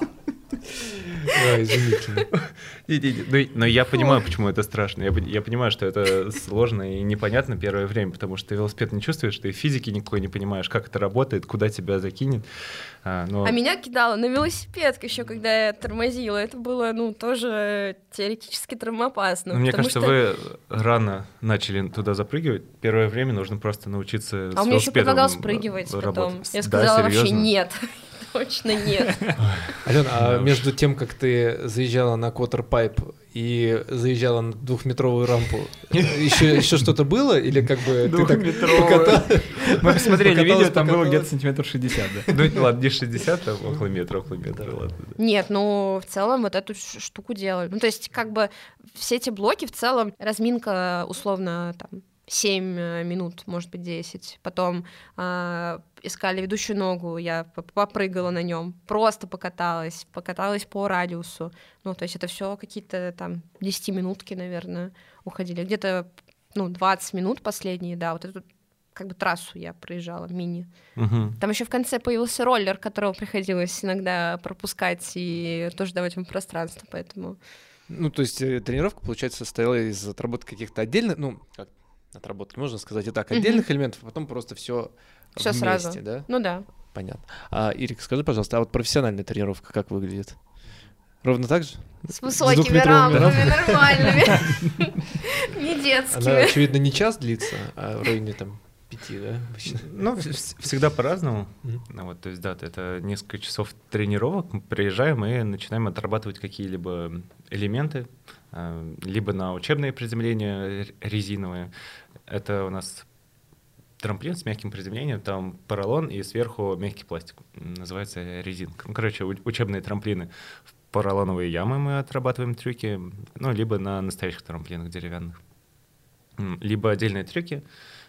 Да, изумительно. Не-не-не, ну, Но я понимаю, почему это страшно. Я, пон- я понимаю, что это сложно и непонятно первое время, потому что ты велосипед не чувствуешь, ты физики никакой не понимаешь, как это работает, куда тебя закинет. А, но... А меня кидало на велосипед еще, когда я тормозила. Это было, ну, тоже теоретически травмоопасно. Ну, мне потому кажется, что- вы рано начали туда запрыгивать. Первое время нужно просто научиться А с у меня еще велосипедом предлагал спрыгивать потом. работать. Я Да, сказала вообще серьезно? нет. Точно нет. Алена, а Да уж. между тем, как ты заезжала на квотерпайп и заезжала на двухметровую рампу, еще, еще что-то было? Или как бы ты так покатал- Мы посмотрели покаталась, видео, там было покаталась? где-то сантиметров шестьдесят, да. Ну, ладно, не шестьдесят, а около метра, около метра, ладно. да. Нет, ну, в целом вот эту ш- штуку делали. Ну, то есть, как бы, все эти блоки в целом, разминка, условно, там, семь минут, может быть, десять. Потом э, искали ведущую ногу, я попрыгала на нем, просто покаталась, покаталась по радиусу. Ну, то есть это все какие-то там десятиминутки, наверное, уходили. Где-то, ну, двадцать минут последние, да, вот эту как бы трассу я проезжала, мини. Угу. Там еще в конце появился роллер, которого приходилось иногда пропускать и тоже давать ему пространство, поэтому... Ну, то есть тренировка, получается, состояла из отработки каких-то отдельных, ну, как отработки, можно сказать и так, отдельных mm-hmm. элементов, а потом просто все вместе, сразу. Да? Ну да. Понятно. А, Ирик, скажи, пожалуйста, а вот профессиональная тренировка как выглядит? Ровно так же? С высокими рамками, нормальными. Не детскими. Она, очевидно, не час длится, а в районе там пяти, да? Ну, всегда по-разному. Mm-hmm. Вот, то есть, да, это несколько часов тренировок, мы приезжаем и начинаем отрабатывать какие-либо элементы, либо на учебные приземления резиновые. Это у нас трамплин с мягким приземлением, там поролон и сверху мягкий пластик, называется резинка. Ну, короче, учебные трамплины. В поролоновые ямы мы отрабатываем трюки, ну, либо на настоящих трамплинах деревянных. Либо отдельные трюки,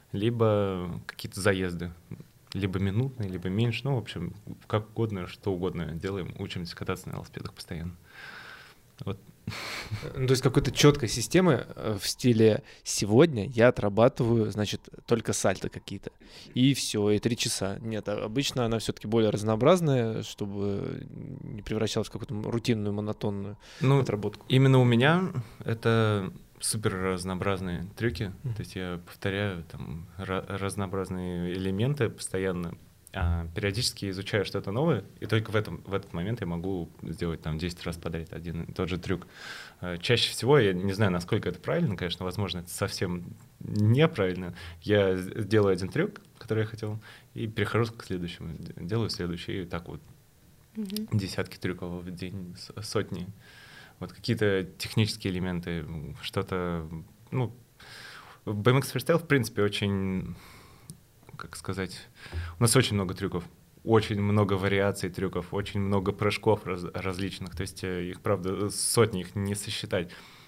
либо какие-то заезды, либо минутные, либо меньше, ну, в общем, как угодно, что угодно делаем, учимся кататься на велосипедах постоянно. Вот. Ну, то есть какой-то четкой системы в стиле «сегодня я отрабатываю, значит, только сальто какие-то, и все, и три часа». Нет, обычно она все-таки более разнообразная, чтобы не превращалась в какую-то рутинную, монотонную ну, отработку. Именно у меня это... супер разнообразные трюки, mm-hmm. то есть я повторяю там ra- разнообразные элементы постоянно, а периодически изучаю что-то новое, и только в, этом, в этот момент я могу сделать там десять раз подряд один и тот же трюк. Чаще всего, я не знаю, насколько это правильно, конечно, возможно, это совсем неправильно. Я делаю один трюк, который я хотел, и перехожу к следующему, делаю следующий, и так вот mm-hmm. десятки трюков в день, сотни. Вот какие-то технические элементы, что-то, ну, би эм икс Freestyle, в принципе, очень, как сказать, у нас очень много трюков, очень много вариаций трюков, очень много прыжков раз, различных, то есть их, правда, сотни, их не сосчитать,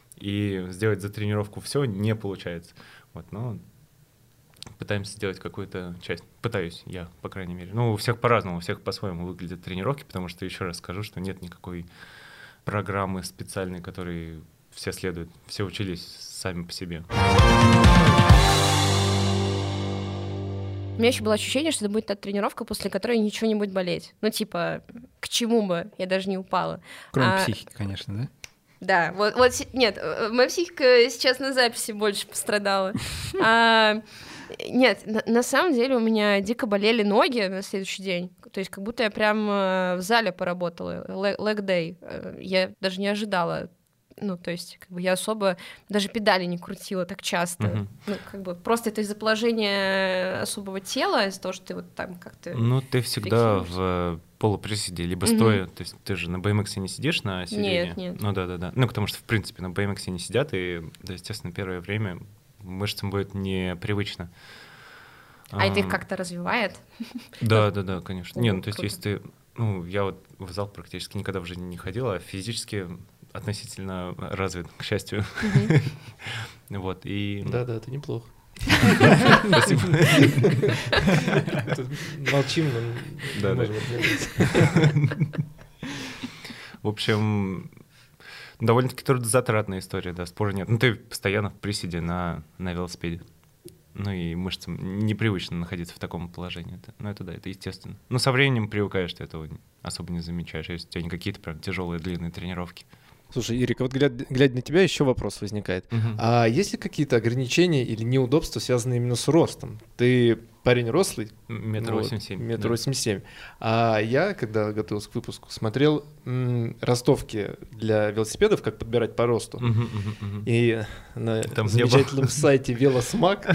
и сделать за тренировку все не получается, вот, но пытаемся сделать какую-то часть, пытаюсь я, по крайней мере, ну, у всех по-разному, у всех по-своему выглядят тренировки, потому что, еще раз скажу, что нет никакой программы специальные, которые все следуют. Все учились сами по себе. У меня еще было ощущение, что это будет та тренировка, после которой ничего не будет болеть. Ну, типа, к чему бы я даже не упала. Кроме а... психики, конечно, да? Да, вот, вот нет, моя психика сейчас на записи больше пострадала. а... Нет, на, на самом деле у меня дико болели ноги на следующий день. То есть как будто я прям в зале поработала, leg day. Я даже не ожидала. Ну, то есть как бы я особо даже педали не крутила так часто. Uh-huh. Ну, как бы просто это из-за положения особого тела, из-за того, что ты вот там как-то... Ну, ты всегда в полуприседе, либо uh-huh. стоя. То есть ты же на би эм икс не сидишь на сиденье. Нет, нет. Ну, да-да-да. Ну, потому что, в принципе, на би эм икс не сидят, и, да, естественно, первое время мышцам будет непривычно. А, а это их как-то развивает? Да, да, да, конечно. Не, ну то есть если ты, ну я вот в зал практически никогда в жизни не ходил, а физически относительно развит, к счастью. Вот и. Да, да, это неплохо. Спасибо. Молчим, но можем ответить. В общем. Довольно-таки трудозатратная история, да, спора нет. Ну, ты постоянно в приседе на, на велосипеде. Ну, и мышцам непривычно находиться в таком положении. Ну, это да, это естественно. Но со временем привыкаешь, ты этого особо не замечаешь, если у тебя не какие-то прям тяжелые длинные тренировки. Слушай, Ирик, вот глядя, глядя на тебя, еще вопрос возникает. Uh-huh. А есть ли какие-то ограничения или неудобства, связанные именно с ростом? Ты парень рослый? Метр восемьдесят семь. Метр восемьдесят семь. А я, когда готовился к выпуску, смотрел м, ростовки для велосипедов, как подбирать по росту. Uh-huh, uh-huh, uh-huh. И на Там замечательном сайте Велосмак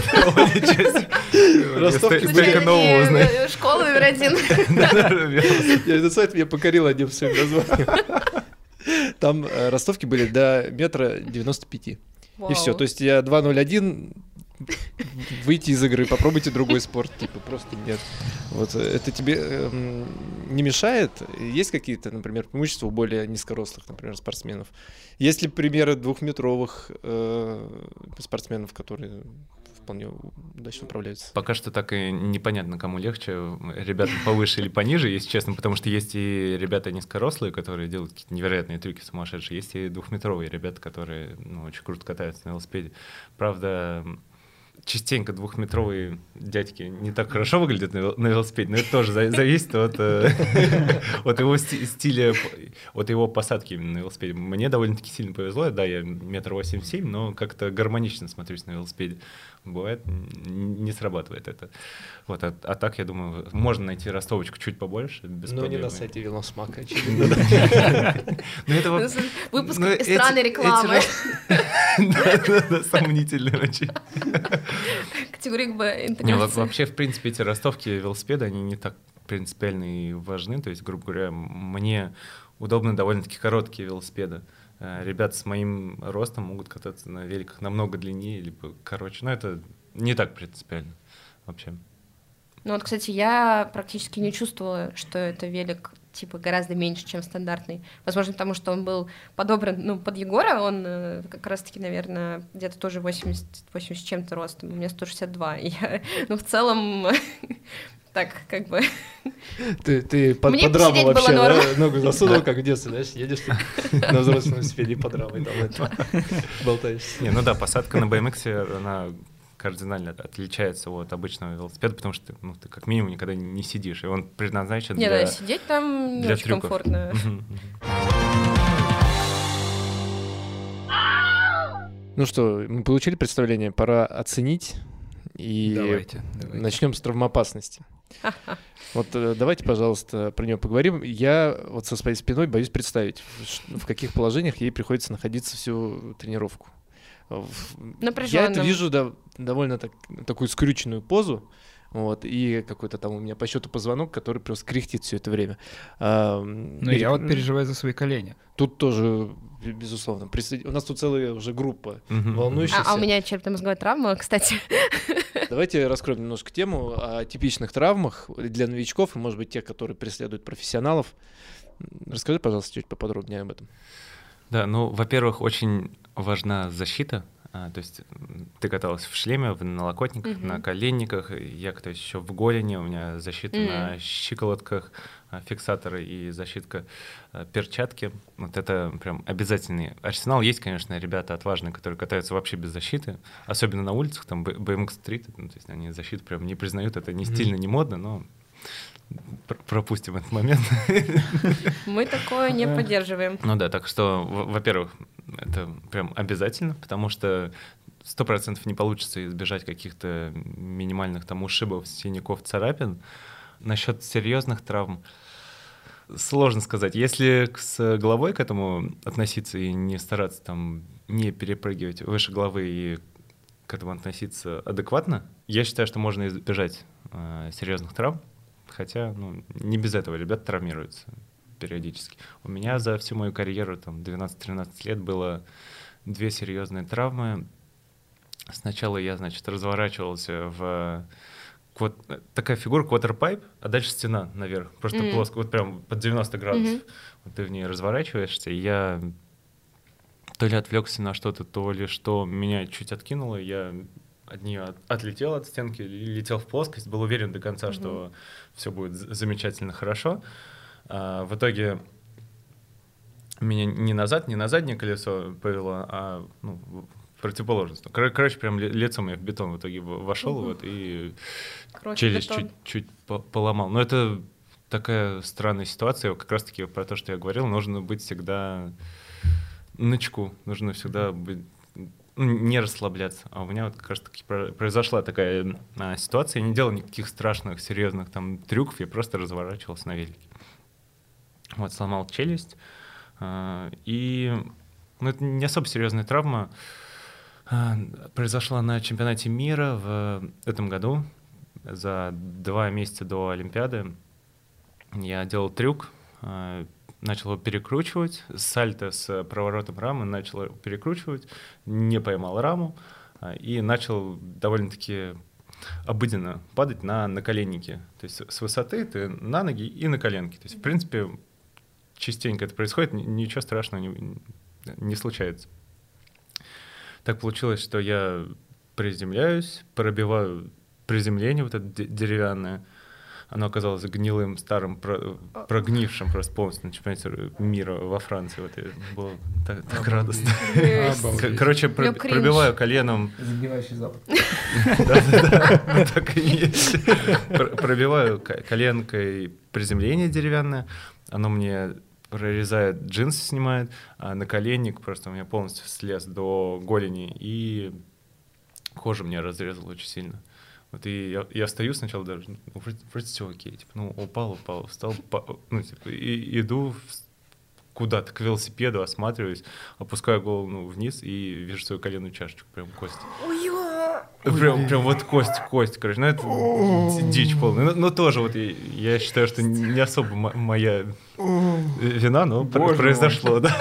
ростовки были... Школа номер один. Этот сайт меня покорил одним своим названием. Там э, ростовки были до метра девяносто пяти. И все. То есть я два ноль один, выйти из игры, попробуйте другой спорт. Типа просто нет. Вот это тебе э, не мешает? Есть какие-то, например, преимущества у более низкорослых, например, спортсменов? Есть ли примеры двухметровых э, спортсменов, которые вполне удачно управляются. Пока что так и непонятно, кому легче, ребята повыше или пониже, если честно, потому что есть и ребята низкорослые, которые делают какие-то невероятные трюки сумасшедшие, есть и двухметровые ребята, которые ну, очень круто катаются на велосипеде. Правда, частенько двухметровые дядьки не так хорошо выглядят на велосипеде, но это тоже зависит от, от его стиля, от его посадки именно на велосипеде. Мне довольно-таки сильно повезло, да, я метр восемьдесят семь, но как-то гармонично смотрюсь на велосипеде. Бывает, не срабатывает это. Вот, а, а так, я думаю, можно найти ростовочку чуть побольше, без но проблем. Не на сайте Велосмака, очевидно. Выпуск странной рекламы. Да, сомнительно очень. Категория Б интеграции. Вообще, в принципе, эти ростовки велосипеда, они не так принципиально и важны. То есть, грубо говоря, мне удобны довольно-таки короткие велосипеды. Ребята с моим ростом могут кататься на великах намного длиннее, либо короче. Но это не так принципиально вообще. Ну вот, кстати, я практически не чувствовала, что это велик типа гораздо меньше, чем стандартный. Возможно, потому что он был подобран, ну, под Егора, он э, как раз-таки, наверное, где-то тоже восемьдесят, восемьдесят с чем-то ростом, у меня сто шестьдесят два. И я, ну, в целом, так, как бы... Ты, ты под, под раму вообще, да? Ногу засунул, как в детстве, знаешь, едешь на взрослом велосипеде под рамой, там это, болтаешься. Не, ну да, посадка на би эм икс, она кардинально отличается от обычного велосипеда, потому что ну, ты как минимум никогда не сидишь, и он предназначен не, для да, сидеть там не для очень трюков. Комфортно. Ну что, мы получили представление, пора оценить, и давайте, давайте. Начнем с травмоопасности. Вот давайте, пожалуйста, про нее поговорим. Я вот со своей спиной боюсь представить, в каких положениях ей приходится находиться всю тренировку. Я это вижу да, довольно так, такую скрюченную позу, вот, и какой-то там у меня по счету позвонок, который просто кряхтит все это время. А, ну, я вот переживаю за свои колени. Тут тоже, безусловно. У нас тут целая уже группа uh-huh. волнующихся. А, а у меня черепно-мозговая травма, кстати. Давайте раскроем немножко тему о типичных травмах для новичков и, может быть, тех, которые преследуют профессионалов. Расскажи, пожалуйста, чуть поподробнее об этом. Да, ну, во-первых, очень важна защита. А, то есть ты каталась в шлеме, в налокотниках, mm-hmm. на коленниках. Я катаюсь еще в голени, у меня защита mm-hmm. на щиколотках, фиксаторы и защитка перчатки. Вот это прям обязательный арсенал. Есть, конечно, ребята отважные, которые катаются вообще без защиты, особенно на улицах, там би эм икс-стрит, ну, то есть они защиту прям не признают, это не mm-hmm. стильно, не модно, но пропустим этот момент. Мы такое не поддерживаем. Ну да, так что, во-первых, это прям обязательно, потому что сто процентов не получится избежать каких-то минимальных там ушибов, синяков, царапин. Насчет серьезных травм сложно сказать. Если с головой к этому относиться и не стараться там не перепрыгивать выше головы и к этому относиться адекватно, я считаю, что можно избежать э, серьезных травм. Хотя, ну, не без этого ребята травмируются периодически. У меня за всю мою карьеру, там, двенадцать-тринадцать лет было две серьезные травмы. Сначала я, значит, разворачивался в... Вот такая фигура, квотерпайп, а дальше стена наверх, просто mm-hmm. плоско, вот прям под девяносто градусов. Mm-hmm. Вот ты в ней разворачиваешься, и я то ли отвлекся на что-то, то ли что меня чуть откинуло, я... от нее от, отлетел от стенки, летел в плоскость, был уверен до конца, mm-hmm. что все будет замечательно хорошо. А, в итоге меня не назад, не на заднее колесо повело, а ну, в противоположность. Кор- короче, прям лицом я в бетон в итоге вошел mm-hmm. вот, и Короче, челюсть бетон. чуть-чуть поломал. Но это такая странная ситуация, как раз-таки про то, что я говорил, нужно быть всегда начеку, нужно всегда быть... не расслабляться. А у меня вот как раз таки произошла такая а, ситуация. Я не делал никаких страшных, серьезных там трюков, я просто разворачивался на велике. Вот, сломал челюсть. А, и ну, это не особо серьезная травма. А, произошла на чемпионате мира в этом году. За два месяца до Олимпиады я делал трюк, а, начал его перекручивать, сальто с проворотом рамы, начал его перекручивать, не поймал раму и начал довольно-таки обыденно падать на наколенники. То есть с высоты ты на ноги и на коленки. То есть, в принципе, частенько это происходит, ничего страшного не, не случается. Так получилось, что я приземляюсь, пробиваю приземление вот это деревянное. Оно оказалось гнилым, старым, про, прогнившим просто полностью на чемпионате мира во Франции. Вот, было так, так радостно. Короче, про, пробиваю коленом... Загнивающий запах. Да-да-да, так и есть. Пробиваю коленкой приземление деревянное. Оно мне прорезает, джинсы снимает, а наколенник просто у меня полностью слез до голени, и кожу мне разрезал очень сильно. Вот и я, я встаю сначала даже, ну, вроде, вроде все окей, типа, ну, упал, упал, встал, по, ну, типа, и иду куда-то к велосипеду, осматриваюсь, опускаю голову ну, вниз и вижу свою коленную чашечку, прям кость. Прям, прям вот кость, кость, короче, ну это дичь полная. Но, но тоже вот я, я считаю, что не особо моя вина, но Боже произошло, мой. Да.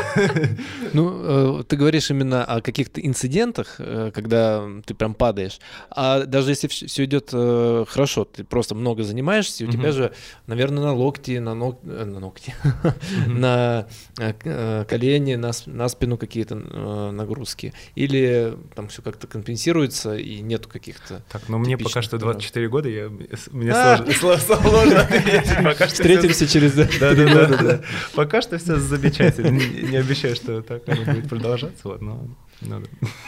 Ну, ты говоришь именно о каких-то инцидентах, когда ты прям падаешь, а даже если все идет хорошо, ты просто много занимаешься, у mm-hmm. тебя же, наверное, на локти, на, ног... на ногти, mm-hmm. на колени, на, на спину какие-то нагрузки, или там все как-то компенсируется и нету каких-то. Так, ну мне пока что двадцать четыре года, я, мне сложно ответить. Встретимся через три года. Да. Пока что все замечательно. Не, не обещаю, что так оно будет продолжаться, вот, но надо.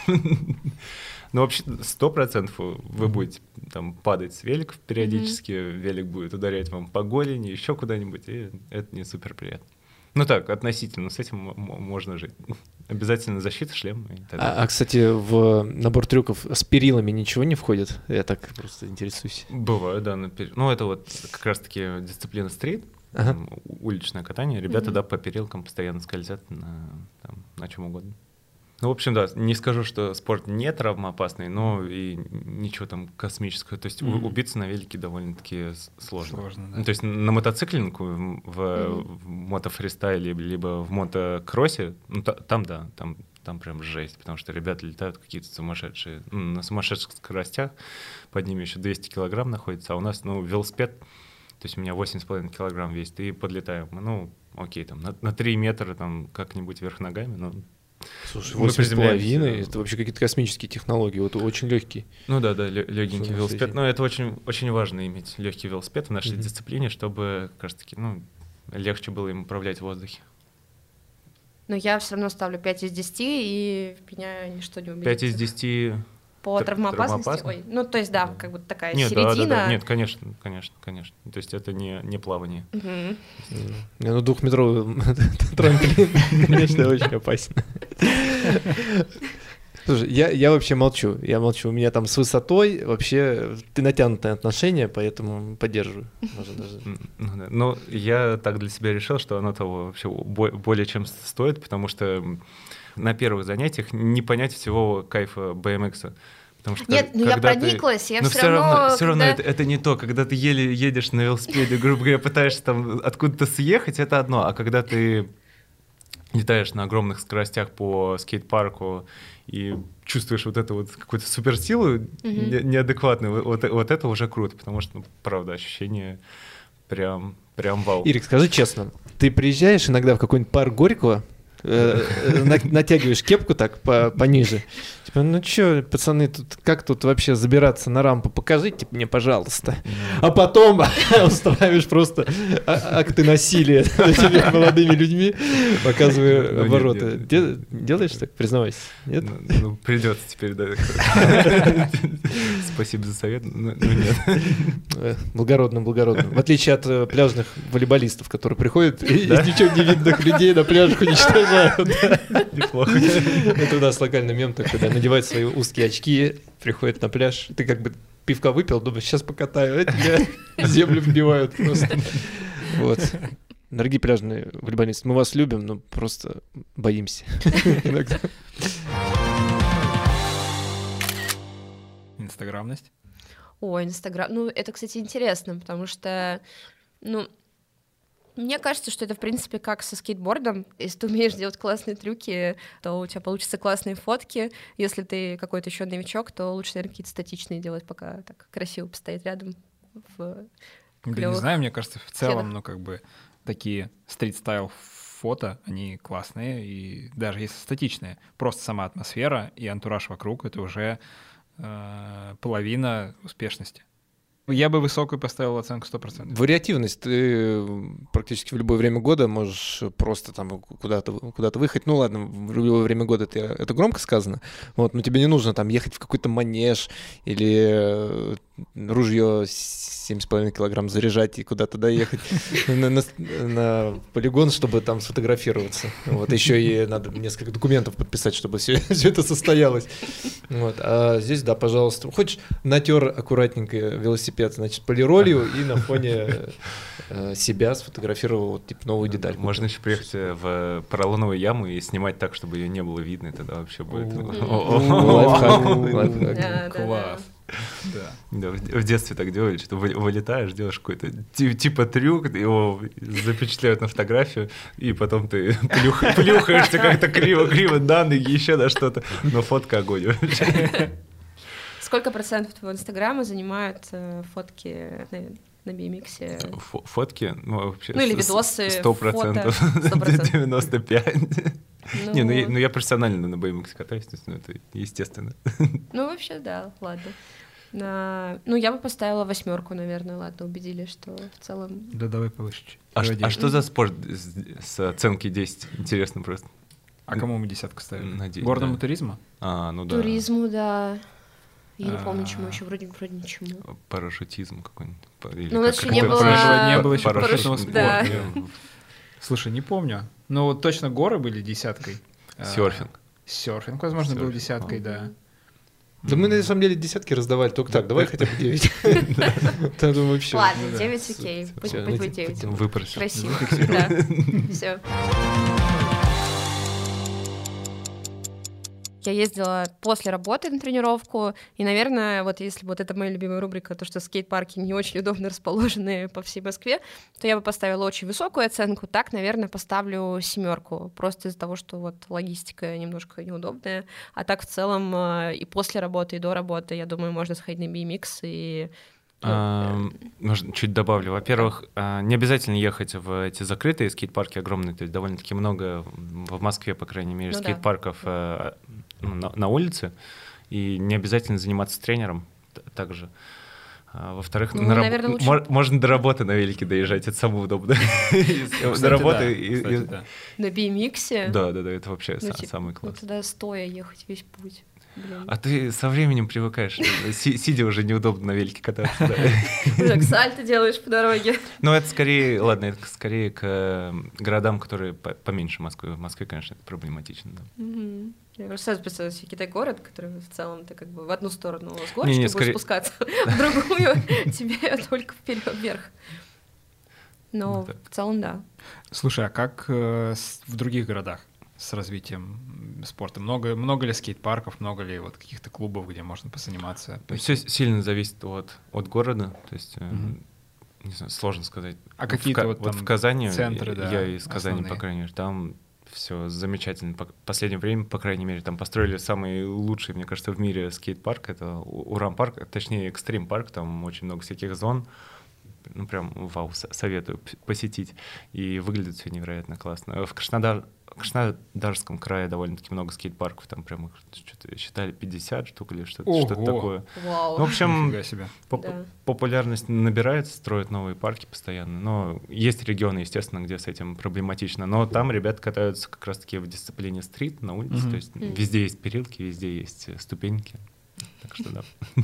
Ну, вообще, сто процентов вы будете там падать с великов периодически, mm-hmm. велик будет ударять вам по голени, еще куда-нибудь, и это не супер приятно. Ну так, относительно, с этим можно жить. Обязательно защита, шлем. И так а, а, кстати, в набор трюков с перилами ничего не входит? Я так просто интересуюсь. Бывает, да. Ну, это вот как раз-таки дисциплина стрит. Ага. Уличное катание. Ребята, mm-hmm. да, по перилкам постоянно скользят на, там, на чем угодно. Ну, в общем, да, не скажу, что спорт не травмоопасный, но и ничего там космического. То есть mm-hmm. убиться на велике довольно-таки сложно. сложно да. Ну, то есть на мотоциклингу, в, mm-hmm. в мотофристайле, либо в мотокроссе, ну, та, там, да, там, там прям жесть, потому что ребята летают какие-то сумасшедшие, ну, на сумасшедших скоростях, под ними еще двести килограмм находится, а у нас, ну, велосипед, то есть у меня восемь с половиной килограмм весит, и подлетаем. Ну, окей, там, на, на три метра там как-нибудь вверх ногами, но... Слушай, восемь с половиной, это вообще какие-то космические технологии, вот очень легкий. Ну да, да, легенький велосипед. Но это очень, очень важно иметь легкий велосипед в нашей mm-hmm. дисциплине, чтобы, кажется-таки, ну, легче было им управлять в воздухе. Но я все равно ставлю пять из десяти, и меня ничто не убедит. пять из десяти По травмоопасности? Ой, ну, то есть, да, как бы такая Нет, середина. Да, да, да. Нет, конечно, конечно, конечно. То есть это не, не плавание. Угу. Ну, двухметровый трамплин, конечно, очень опасен. Слушай, я, я вообще молчу, я молчу. У меня там с высотой вообще ты натянутые отношения, поэтому поддерживаю. Можно даже... Ну, да. Но я так для себя решил, что оно того вообще более чем стоит, потому что на первых занятиях не понять всего кайфа би эм икс. Потому что Нет, ну я прониклась, ты... я Но все равно... равно, когда... все равно это, это не то, когда ты еле едешь на велосипеде, грубо говоря, пытаешься там откуда-то съехать, это одно, а когда ты летаешь на огромных скоростях по скейт-парку и чувствуешь вот эту вот какую-то суперсилу mm-hmm. не, неадекватную, вот, вот это уже круто, потому что, ну, правда, ощущение прям, прям вау. Ирик, скажи честно, ты приезжаешь иногда в какой-нибудь парк Горького, натягиваешь кепку так пониже. Типа, ну чё, пацаны, тут как тут вообще забираться на рампу? Покажите мне, пожалуйста. А потом устраиваешь просто акты насилия над этими молодыми людьми, показывая обороты. Делаешь так? Признавайся. Нет? Ну, придется теперь, да. Спасибо за совет, но нет. Благородно, благородно. В отличие от пляжных волейболистов, которые приходят и ничего не видных людей на пляжах уничтожают. Неплохо. Это у нас локальный мем такой, да, надевает свои узкие очки, приходит на пляж, ты как бы пивка выпил, думаешь, сейчас покатаю, а тебя в землю вбивают просто. Вот. Дорогие пляжные волейболисты, мы вас любим, но просто боимся. Инстаграмность? Ой, Инстаграм. Ну, это, кстати, интересно, потому что, ну, мне кажется, что это, в принципе, как со скейтбордом. Если ты умеешь делать классные трюки, то у тебя получатся классные фотки. Если ты какой-то еще новичок, то лучше, наверное, какие-то статичные делать, пока так красиво постоять рядом в клёвых. Да не знаю, мне кажется, в целом, ну, как бы такие стрит-стайл фото, они классные, и даже если статичные, просто сама атмосфера и антураж вокруг — это уже э, половина успешности. Я бы высокую поставил оценку сто процентов. Вариативность. Ты практически в любое время года можешь просто там куда-то, куда-то выехать. Ну ладно, в любое время года это, это громко сказано. Вот, но тебе не нужно там ехать в какой-то манеж или ружье семь с половиной килограмм заряжать и куда-то доехать на, на, на полигон, чтобы там сфотографироваться. Вот, еще и надо несколько документов подписать, чтобы все, все это состоялось. Вот. А здесь, да, пожалуйста. Хочешь, натер аккуратненько велосипед, значит, полиролью и на фоне э, себя сфотографировал вот, типа, новую деталь. Можно еще приехать в поролоновую яму и снимать так, чтобы ее не было видно, и тогда вообще будет... Класс. Да. Да, в, в детстве так делали, что вы, вылетаешь, делаешь какой-то тип, типа трюк, его запечатляют на фотографию, и потом ты плюх, плюхаешься как-то криво-криво на ноги, еще на что-то, но фотка огонь вообще. Сколько процентов твоего инстаграма занимают э, фотки на, на би эм икс? Ф- фотки? Ну, вообще, ну или видосы, сто процентов, девяносто пять процентов. Ну... Не, ну я, ну я профессионально на би эм икс катаюсь, то есть, ну, это естественно. Ну вообще, да, ладно. На... Ну я бы поставила восьмерку, наверное, ладно, убедили, что в целом... Да давай повыше. А, а что за спорт с, с оценки десять? Интересно просто. А кому мы десятку ставим? Надеюсь, Горному да. туризму? А, ну да. Туризму, да. Я не помню, чему еще, вроде, вроде ничему. Парашютизм какой-нибудь. Ну, у нас еще не было... Не было еще парашютного спорта. Да. Слушай, не помню. Ну, вот точно горы были десяткой. Серфинг. Серфинг, возможно, был десяткой, да. Да мы, на самом деле, десятки раздавали только так. Давай хотя бы девять. Ладно, девять окей. Пусть будет девять. Выпросил. Красиво. Да. Все. Я ездила после работы на тренировку, и, наверное, вот если вот это моя любимая рубрика, то, что скейт-парки не очень удобно расположены по всей Москве, то я бы поставила очень высокую оценку. Так, наверное, поставлю семерку, просто из-за того, что вот логистика немножко неудобная. А так в целом и после работы, и до работы, я думаю, можно сходить на би эм икс и... А, может, чуть добавлю. Во-первых, не обязательно ехать в эти закрытые скейт-парки огромные, то есть довольно-таки много в Москве, по крайней мере, ну, скейт-парков да. на, на улице, и не обязательно заниматься с тренером также. А, во-вторых, ну, на наверное, раб... лучше... можно до работы на велике доезжать, это самое удобное. До работы. На би эм иксе? Да, да, да, это вообще самый класс. Ну, тогда стоя ехать весь путь. Блин. А ты со временем привыкаешь, сидя уже неудобно на велике кататься. Как сальто делаешь по дороге. Ну, это скорее, ладно, это скорее к городам, которые поменьше Москвы. В Москве, конечно, это проблематично. Я просто сразу представляю себе какой-то город, который в целом ты как бы в одну сторону с горочки будешь спускаться, в другую тебе только вперед вверх. Но в целом, да. Слушай, а как в других городах с развитием спорта? Много, много ли скейт-парков, много ли вот каких-то клубов, где можно позаниматься? Все сильно зависит от, от города, то есть, mm-hmm. не знаю, сложно сказать. А какие-то в, вот, вот там в Казани, центры, да, я из Казани, основные. По крайней мере, там все замечательно. В последнее время, по крайней мере, там построили самый лучший, мне кажется, в мире скейт-парк, это Уран-парк, точнее, Экстрим-парк, там очень много всяких зон. Ну, прям вау, советую посетить. И выглядит все невероятно классно. В Краснодар, Краснодарском крае довольно-таки много скейт-парков. Там прям что-то считали пятьдесят штук или что-то, что-то такое. Вау. Ну, в общем, поп- да. популярность набирается, строят новые парки постоянно. Но есть регионы, естественно, где с этим проблематично. Но там ребята катаются как раз-таки в дисциплине стрит на улице. Mm-hmm. То есть mm-hmm. везде есть перилки, везде есть ступеньки. Так что да.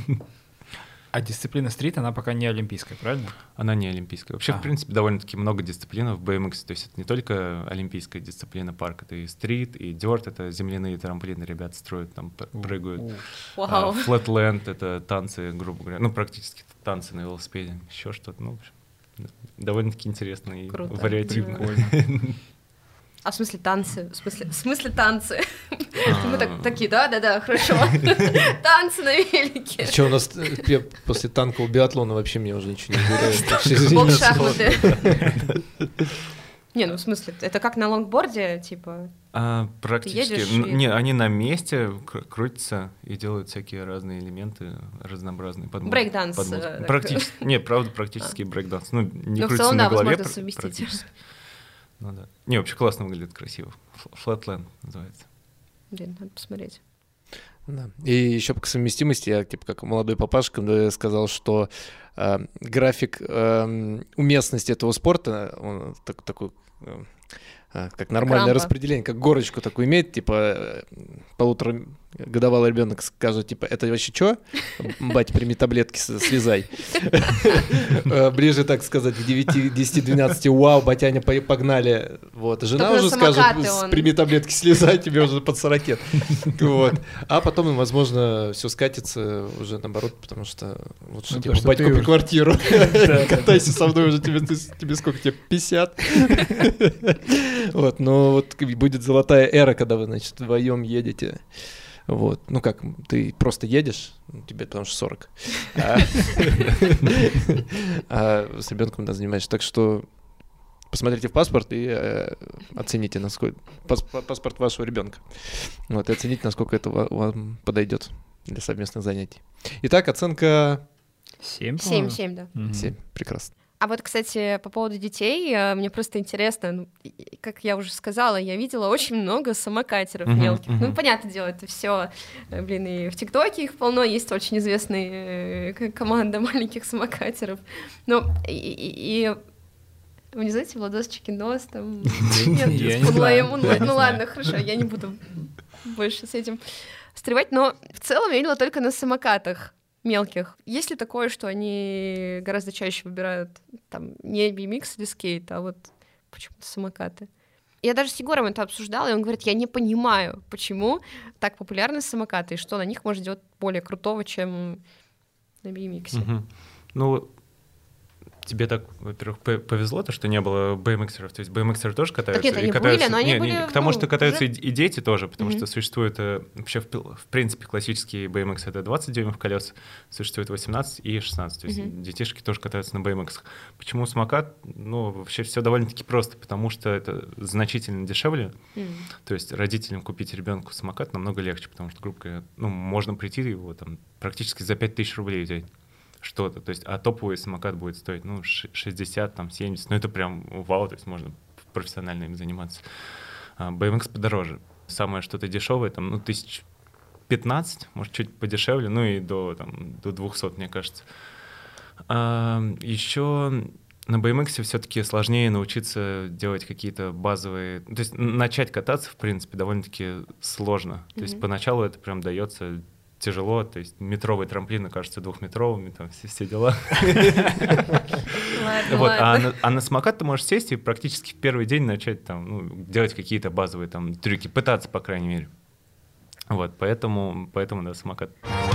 А дисциплина стрит, она пока не олимпийская, правильно? Она не олимпийская. Вообще, а. в принципе, довольно-таки много дисциплин в би эм икс. То есть это не только олимпийская дисциплина парк, это и стрит, и дёрт, это земляные трамплины, ребята строят, там прыгают. Вау. Флэтленд — это танцы, грубо говоря, ну, практически танцы на велосипеде, еще что-то. Ну, в общем, довольно-таки интересно и круто. Вариативно. А в смысле танцы? В смысле, в смысле танцы? Мы так, такие, да-да-да, хорошо. Танцы на велике. Что, у нас после танкового биатлона вообще мне уже ничего не говорят. Бокс, шахматы. Не, ну в смысле, это как на лонгборде, типа? А, практически. И... Не, они на месте крутятся и делают всякие разные элементы, разнообразные. Под брейк-данс. Под практически. Не, правда, практически брейк-данс. Ну, не ну, крутится в целом, на да, голове. Можно совместить. Ну да. Не, вообще классно выглядит, красиво. Flatland называется. Блин, надо посмотреть. Да. И еще по совместимости, я типа как молодой папашка сказал, что э, график э, уместности этого спорта, он так, такой... Э, как нормальное Крампа. распределение, как горочку такую имеет, типа полуторагодовалый ребенок скажет, типа, это вообще что? Батя, прими таблетки, слезай. Ближе, так сказать, к девяти, десяти, двенадцати, вау, батяня, погнали. Вот. Жена уже скажет, прими таблетки, слезай, тебе уже под сорокет. Вот. А потом, возможно, все скатится уже наоборот, потому что лучше, ну, типа, батьку купи квартиру, катайся со мной уже, тебе сколько, тебе пятьдесят? Вот, но вот будет золотая эра, когда вы, значит, вдвоем едете. Вот. Ну как, ты просто едешь, тебе потому что сорок. А, а с ребенком, да, занимаешься. Так что посмотрите в паспорт и э, оцените, насколько пас, паспорт вашего ребенка. Вот, и оцените, насколько это вам подойдет для совместных занятий. Итак, оценка семь. семь, семь, да. семь, прекрасно. А вот, кстати, по поводу детей, мне просто интересно, ну, как я уже сказала, я видела очень много самокатеров uh-huh, мелких. Uh-huh. Ну, понятное дело, это все, блин, и в ТикТоке их полно, есть очень известная команда маленьких самокатеров. Ну, и, и, и вы не знаете, Владос Чикинос, там... Нет, Мунлайн, ну ладно, хорошо, я не буду больше с этим встревать, но в целом я видела только на самокатах мелких. Есть ли такое, что они гораздо чаще выбирают там не би эм икс или скейт, а вот почему-то самокаты? Я даже с Егором это обсуждала, и он говорит, я не понимаю, почему так популярны самокаты, и что на них можно делать более крутого, чем на би эм икс. Угу. Ну, тебе так, во-первых, повезло, то, что не было би эм иксеров. То есть би эм иксеры тоже катаются. Так нет, и они катаются... были, но они не, были... Не, к тому, ну, что катаются уже... и, и дети тоже, потому mm-hmm. что существует вообще, в, в принципе, классические би эм икс — это двадцать дюймов колес, существует восемнадцать и шестнадцать. То есть mm-hmm. детишки тоже катаются на би эм иксах. Почему самокат? Ну, вообще все довольно-таки просто, потому что это значительно дешевле. Mm-hmm. То есть родителям купить ребенку самокат намного легче, потому что, грубо говоря, ну, можно прийти его там практически за пять тысяч рублей взять. Что-то, то есть, а топовый самокат будет стоить, ну, шестьдесят, там, семьдесят, ну, это прям вау, то есть можно профессионально им заниматься. А би эм икс подороже. Самое что-то дешевое, там, ну, тысяч пятнадцать, может, чуть подешевле, ну, и до, там, до двухсот, мне кажется. А еще на би эм икс все-таки сложнее научиться делать какие-то базовые... То есть начать кататься, в принципе, довольно-таки сложно. Mm-hmm. То есть поначалу это прям дается... тяжело, то есть метровые трамплины кажутся двухметровыми, там все, все дела. Вот, а, на, а на самокат ты можешь сесть и практически в первый день начать там, ну, делать какие-то базовые там трюки, пытаться, по крайней мере. Вот, поэтому, поэтому да, самокат.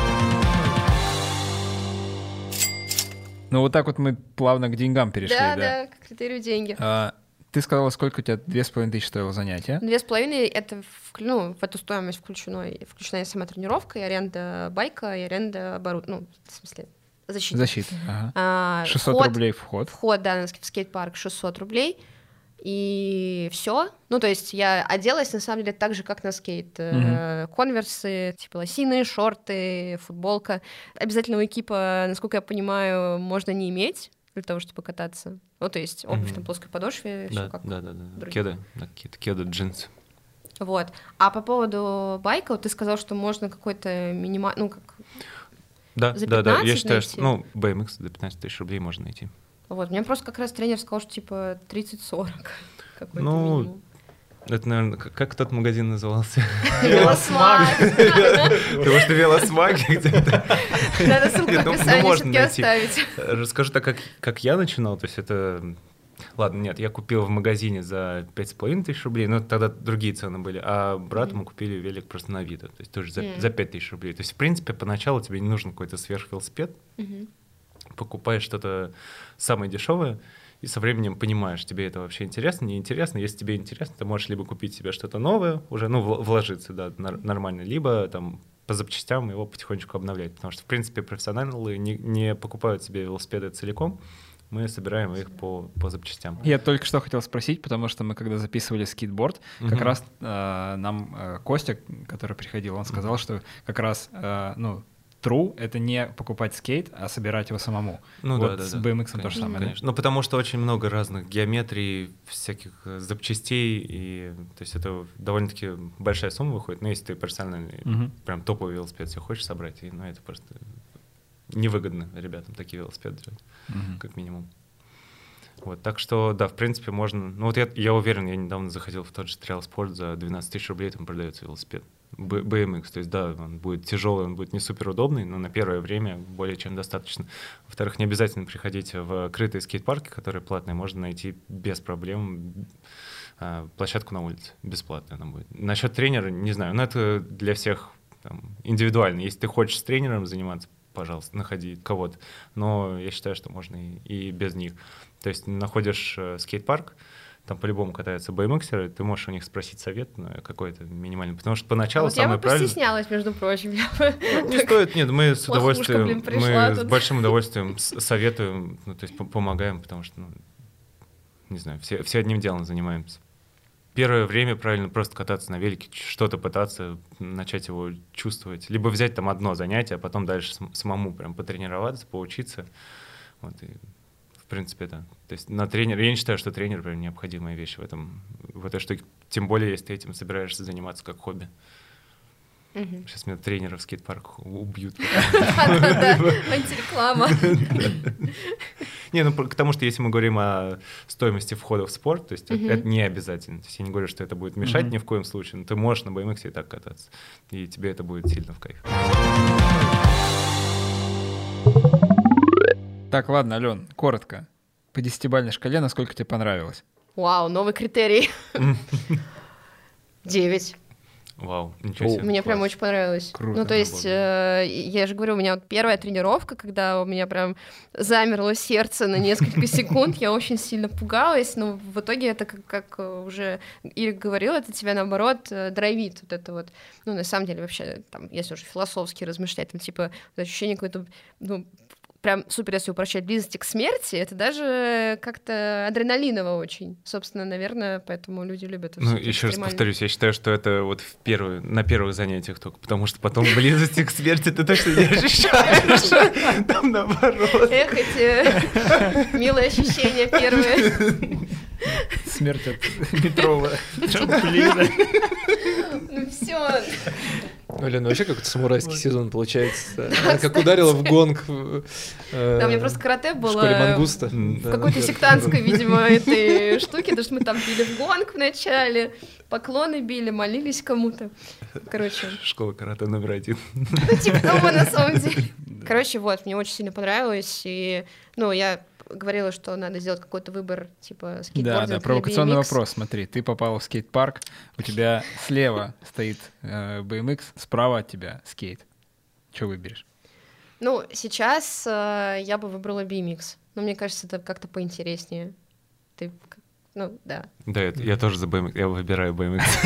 Ну вот так вот мы плавно к деньгам перешли, да? Да, да, к критерию деньги. А, ты сказала, сколько у тебя две с половиной тысячи стоило занятие? Две с половиной — это в, ну, в эту стоимость включена, включена и сама тренировка, и аренда байка, и аренда оборудования, ну, в смысле, защита. Защита, ага. А, шестьсот вход, рублей вход. Вход, да, на скейт-парк шестьсот рублей, и все. Ну, то есть я оделась, на самом деле, так же, как на скейт. Mm-hmm. Конверсы, типа лосины, шорты, футболка. Обязательного экипа, насколько я понимаю, можно не иметь для того, чтобы кататься. Ну, то есть обувь mm-hmm. на плоской подошве, да, все как да, да, да. Кеды, да, какие-то кеды, джинсы. Вот. А по поводу байка, вот ты сказал, что можно какой-то минимальный, ну, как... Да, за да, да, я найти? считаю, что, ну, би эм икс за пятнадцать тысяч рублей можно найти. Вот, мне просто как раз тренер сказал, что типа тридцать-сорок какой-то ну, минимум. Это, наверное, как тот магазин назывался? Велосмаг. Потому что велосмаг где-то. Надо ссылку в описании все-таки оставить. Расскажу так, как я начинал, то есть это... Ладно, нет, я купил в магазине за пять с половиной тысяч рублей, но тогда другие цены были, а брату мы купили велик просто на Авито, то есть тоже за пять тысяч рублей. То есть, в принципе, поначалу тебе не нужен какой-то сверхвелосипед, покупаешь что-то самое дешевое, и со временем понимаешь, тебе это вообще интересно, неинтересно. Если тебе интересно, ты можешь либо купить себе что-то новое, уже, ну, вложиться, да, нормально, либо там по запчастям его потихонечку обновлять. Потому что, в принципе, профессионалы не, не покупают себе велосипеды целиком, мы собираем их по, по запчастям. Я только что хотел спросить, потому что мы, когда записывали скейтборд, uh-huh. как раз э, нам э, Костя, который приходил, он сказал, uh-huh. что как раз, э, ну, true — это не покупать скейт, а собирать его самому. Ну вот да, да, с да. би эм икс Конечно, то же самое, да? конечно. Ну, потому что очень много разных геометрий, всяких запчастей, и то есть это довольно-таки большая сумма выходит. Но если ты профессиональный, Мгм. прям топовый велосипед себе хочешь собрать, и, ну, это просто невыгодно ребятам такие велосипеды делать, Мгм. как минимум. Вот, так что, да, в принципе, можно... Ну, вот я, я уверен, я недавно заходил в тот же Trial Sport, за двенадцать тысяч рублей там продается велосипед. Б- би эм икс, то есть, да, он будет тяжелый, он будет не супер удобный, но на первое время более чем достаточно. Во-вторых, не обязательно приходить в крытые скейт-парки, которые платные, можно найти без проблем а, площадку на улице, бесплатная она будет. Насчет тренера, не знаю, но это для всех там, индивидуально. Если ты хочешь с тренером заниматься, пожалуйста, находи кого-то. Но я считаю, что можно и, и без них. То есть находишь э, скейт-парк, там по-любому катаются би эм иксеры, ты можешь у них спросить совет ну, какой-то минимальный, потому что А поначалу вот я самое бы правильное... постеснялась, между прочим. Я бы Ну, не так- стоит, нет, мы с Лохушка, удовольствием, блин, пришла мы с тут. большим удовольствием с- советуем, ну, то есть по- помогаем, потому что, ну, не знаю, все, все одним делом занимаемся. Первое время правильно просто кататься на велике, ч- что-то пытаться, начать его чувствовать. Либо взять там одно занятие, а потом дальше сам- самому прям потренироваться, поучиться. Вот, и, в принципе, да. То есть на тренер, я не считаю, что тренер прям необходимая вещь в этом, в этой штуке. Тем более, если ты этим собираешься заниматься как хобби. Мгм. Сейчас меня тренеры в скейт-парк убьют. Да-да-да, антиреклама. Не, ну потому что если мы говорим о стоимости входа в спорт, то есть это- Мгм. это не обязательно. То есть я не говорю, что это будет мешать Мгм. ни в коем случае, но ты можешь на би эм иксе и так кататься, и тебе это будет сильно в кайф. Так, ладно, Ален, коротко. По десятибалльной шкале, насколько тебе понравилось? Вау, новый критерий. Девять. Вау, ничего себе. Мне прям класс. очень понравилось. Круто. Ну, то есть, э, я же говорю, у меня вот первая тренировка, когда у меня прям замерло сердце на несколько секунд, я очень сильно пугалась, но в итоге это, как, как э, уже Ирик говорил, это тебя, наоборот, э, драйвит, вот это вот, ну, на самом деле, вообще, там, если уже философски размышлять, там, типа, вот ощущение какой-то, ну, прям супер, если упрощать, близости к смерти, это даже как-то адреналиново очень. Собственно, наверное, поэтому люди любят. Ну, еще раз повторюсь, я считаю, что это вот в первую, на первых занятиях только, потому что потом близости к смерти ты точно не ощущаешь. Там наоборот. Эх, эти милые ощущения первые. Смерть от метрового трамплина. Ну все. Ну, Лена, вообще как-то самурайский сезон получается. Она как ударила в гонг. э, Да, у меня просто карате в было школе мангуста. в в Да. какой-то сектантской, видимо, этой штуке, потому что мы там били в гонг вначале, поклоны били, молились кому-то. Короче, Школа карате номер один. ну типа того на самом деле. Короче, вот, мне очень сильно понравилось, и, ну, я говорила, что надо сделать какой-то выбор, типа, скейтбординг Да, да, или провокационный би эм икс. вопрос. Смотри, ты попал в скейт-парк, у тебя слева стоит э, би эм икс, справа от тебя скейт. Что выберешь? Ну, сейчас э, я бы выбрала би эм икс, но мне кажется, это как-то поинтереснее. Ты, к- ну, да. Да, это- я тоже за би эм икс, я выбираю би эм икс.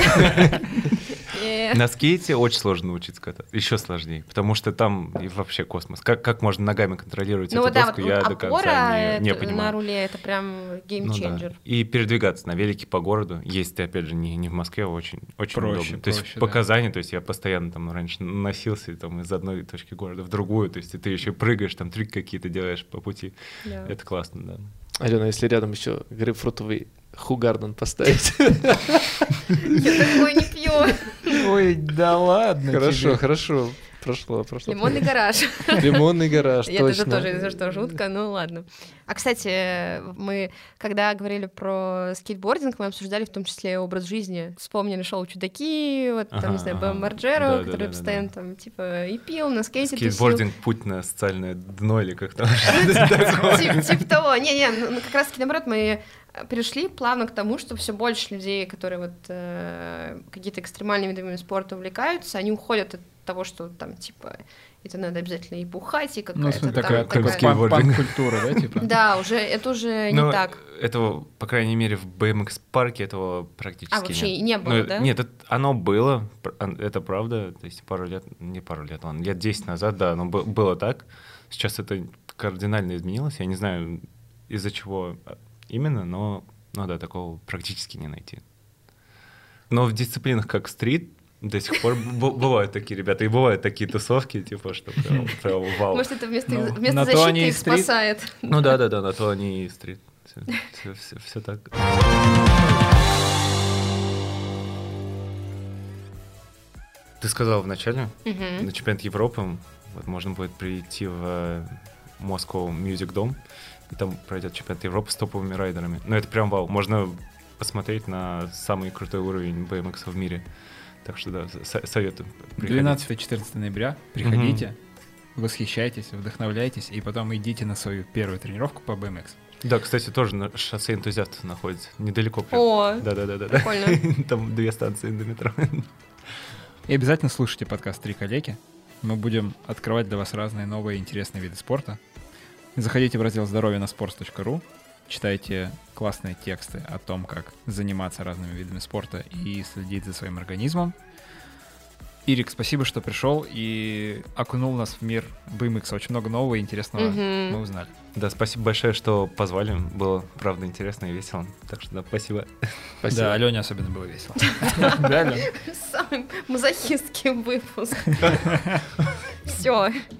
Э, На скейте очень сложно научиться кататься, еще сложнее, потому что там и вообще космос. Как, как можно ногами контролировать Ну эту вот да, доску, вот я ну, до конца опора не, не это понимаю. на руле, это прям Ну да. геймченджер. И передвигаться на велике по городу, если ты, опять же, не, не в Москве, очень, очень Проще, удобно. То есть проще, по да. Казани, то есть я постоянно там раньше носился там, из одной точки города в другую, то есть и ты еще прыгаешь, там трюки какие-то делаешь по пути. Да. Это классно, да. Алена, если рядом еще грейпфрутовый хугарден поставить. Я такое не пью. Ой, да ладно Хорошо, тебе. хорошо. Прошло, прошло. Лимонный гараж. Лимонный гараж, Это же точно. тоже, это что, жутко, ну ладно. А, кстати, мы, когда говорили про скейтбординг, мы обсуждали в том числе образ жизни. Вспомнили шоу «Чудаки», вот там, Ага, не знаю, ага. Бэм Марджеро, Да, да, который да, да, постоянно да. там, типа, и пил, на скейте тусил. Скейтбординг — путь на социальное дно или как там? Тип, типа того. Не-не, ну, ну, как раз-таки наоборот, мы пришли плавно к тому, что все больше людей, которые вот э, какие-то экстремальными видами спорта увлекаются, они уходят от того, что там, типа, это надо обязательно и бухать, и какая-то Ну, в смысле, там такая, такая- такая скейтбординг. пан- панк-культура, да, типа? Да, уже, это уже не Ну, так. этого, по крайней мере, в би эм икс-парке этого практически А, вообще нет. и не было, Ну, да? Нет, это- оно было, пр- ан- это правда, то есть пару лет, не пару лет, ладно, лет десять назад, да, оно бы- было так. Сейчас это кардинально изменилось, я не знаю, из-за чего именно, но, ну да, такого практически не найти. Но в дисциплинах как стрит, До сих пор б- бывают такие ребята, и бывают такие тусовки, типа, что прям, прям вау. Может, это вместо, Ну, вместо на то защиты они и их стрит. спасает. Ну да-да-да, на то они и стрит. Все, все, все, все так. Ты сказал вначале, Мгм. на чемпионат Европы вот, можно будет прийти в э, Moscow Music Dome, и там пройдет чемпионат Европы с топовыми райдерами. Ну это прям вау, можно посмотреть на самый крутой уровень би эм икс в мире. Так что да, со- советую. приходить. двенадцатого-четырнадцатого ноября приходите, восхищайтесь, вдохновляйтесь, и потом идите на свою первую тренировку по би эм икс. Да, кстати, тоже на шоссе энтузиастов находится, недалеко прям. О, Да-да-да-да. прикольно. Там две станции до метро. И обязательно слушайте подкаст «Три коллеги». Мы будем открывать для вас разные новые интересные виды спорта. Заходите в раздел «Здоровье на спорт точка ру», читайте классные тексты о том, как заниматься разными видами спорта и следить за своим организмом. Ирик, спасибо, что пришел и окунул нас в мир би эм икс. Очень много нового и интересного Мгм. мы узнали. Да, спасибо большое, что позвали. Было, правда, интересно и весело. Так что да, спасибо. Спасибо. Да, Алене особенно было весело. Да, Алён? Самый мазохистский выпуск. Все.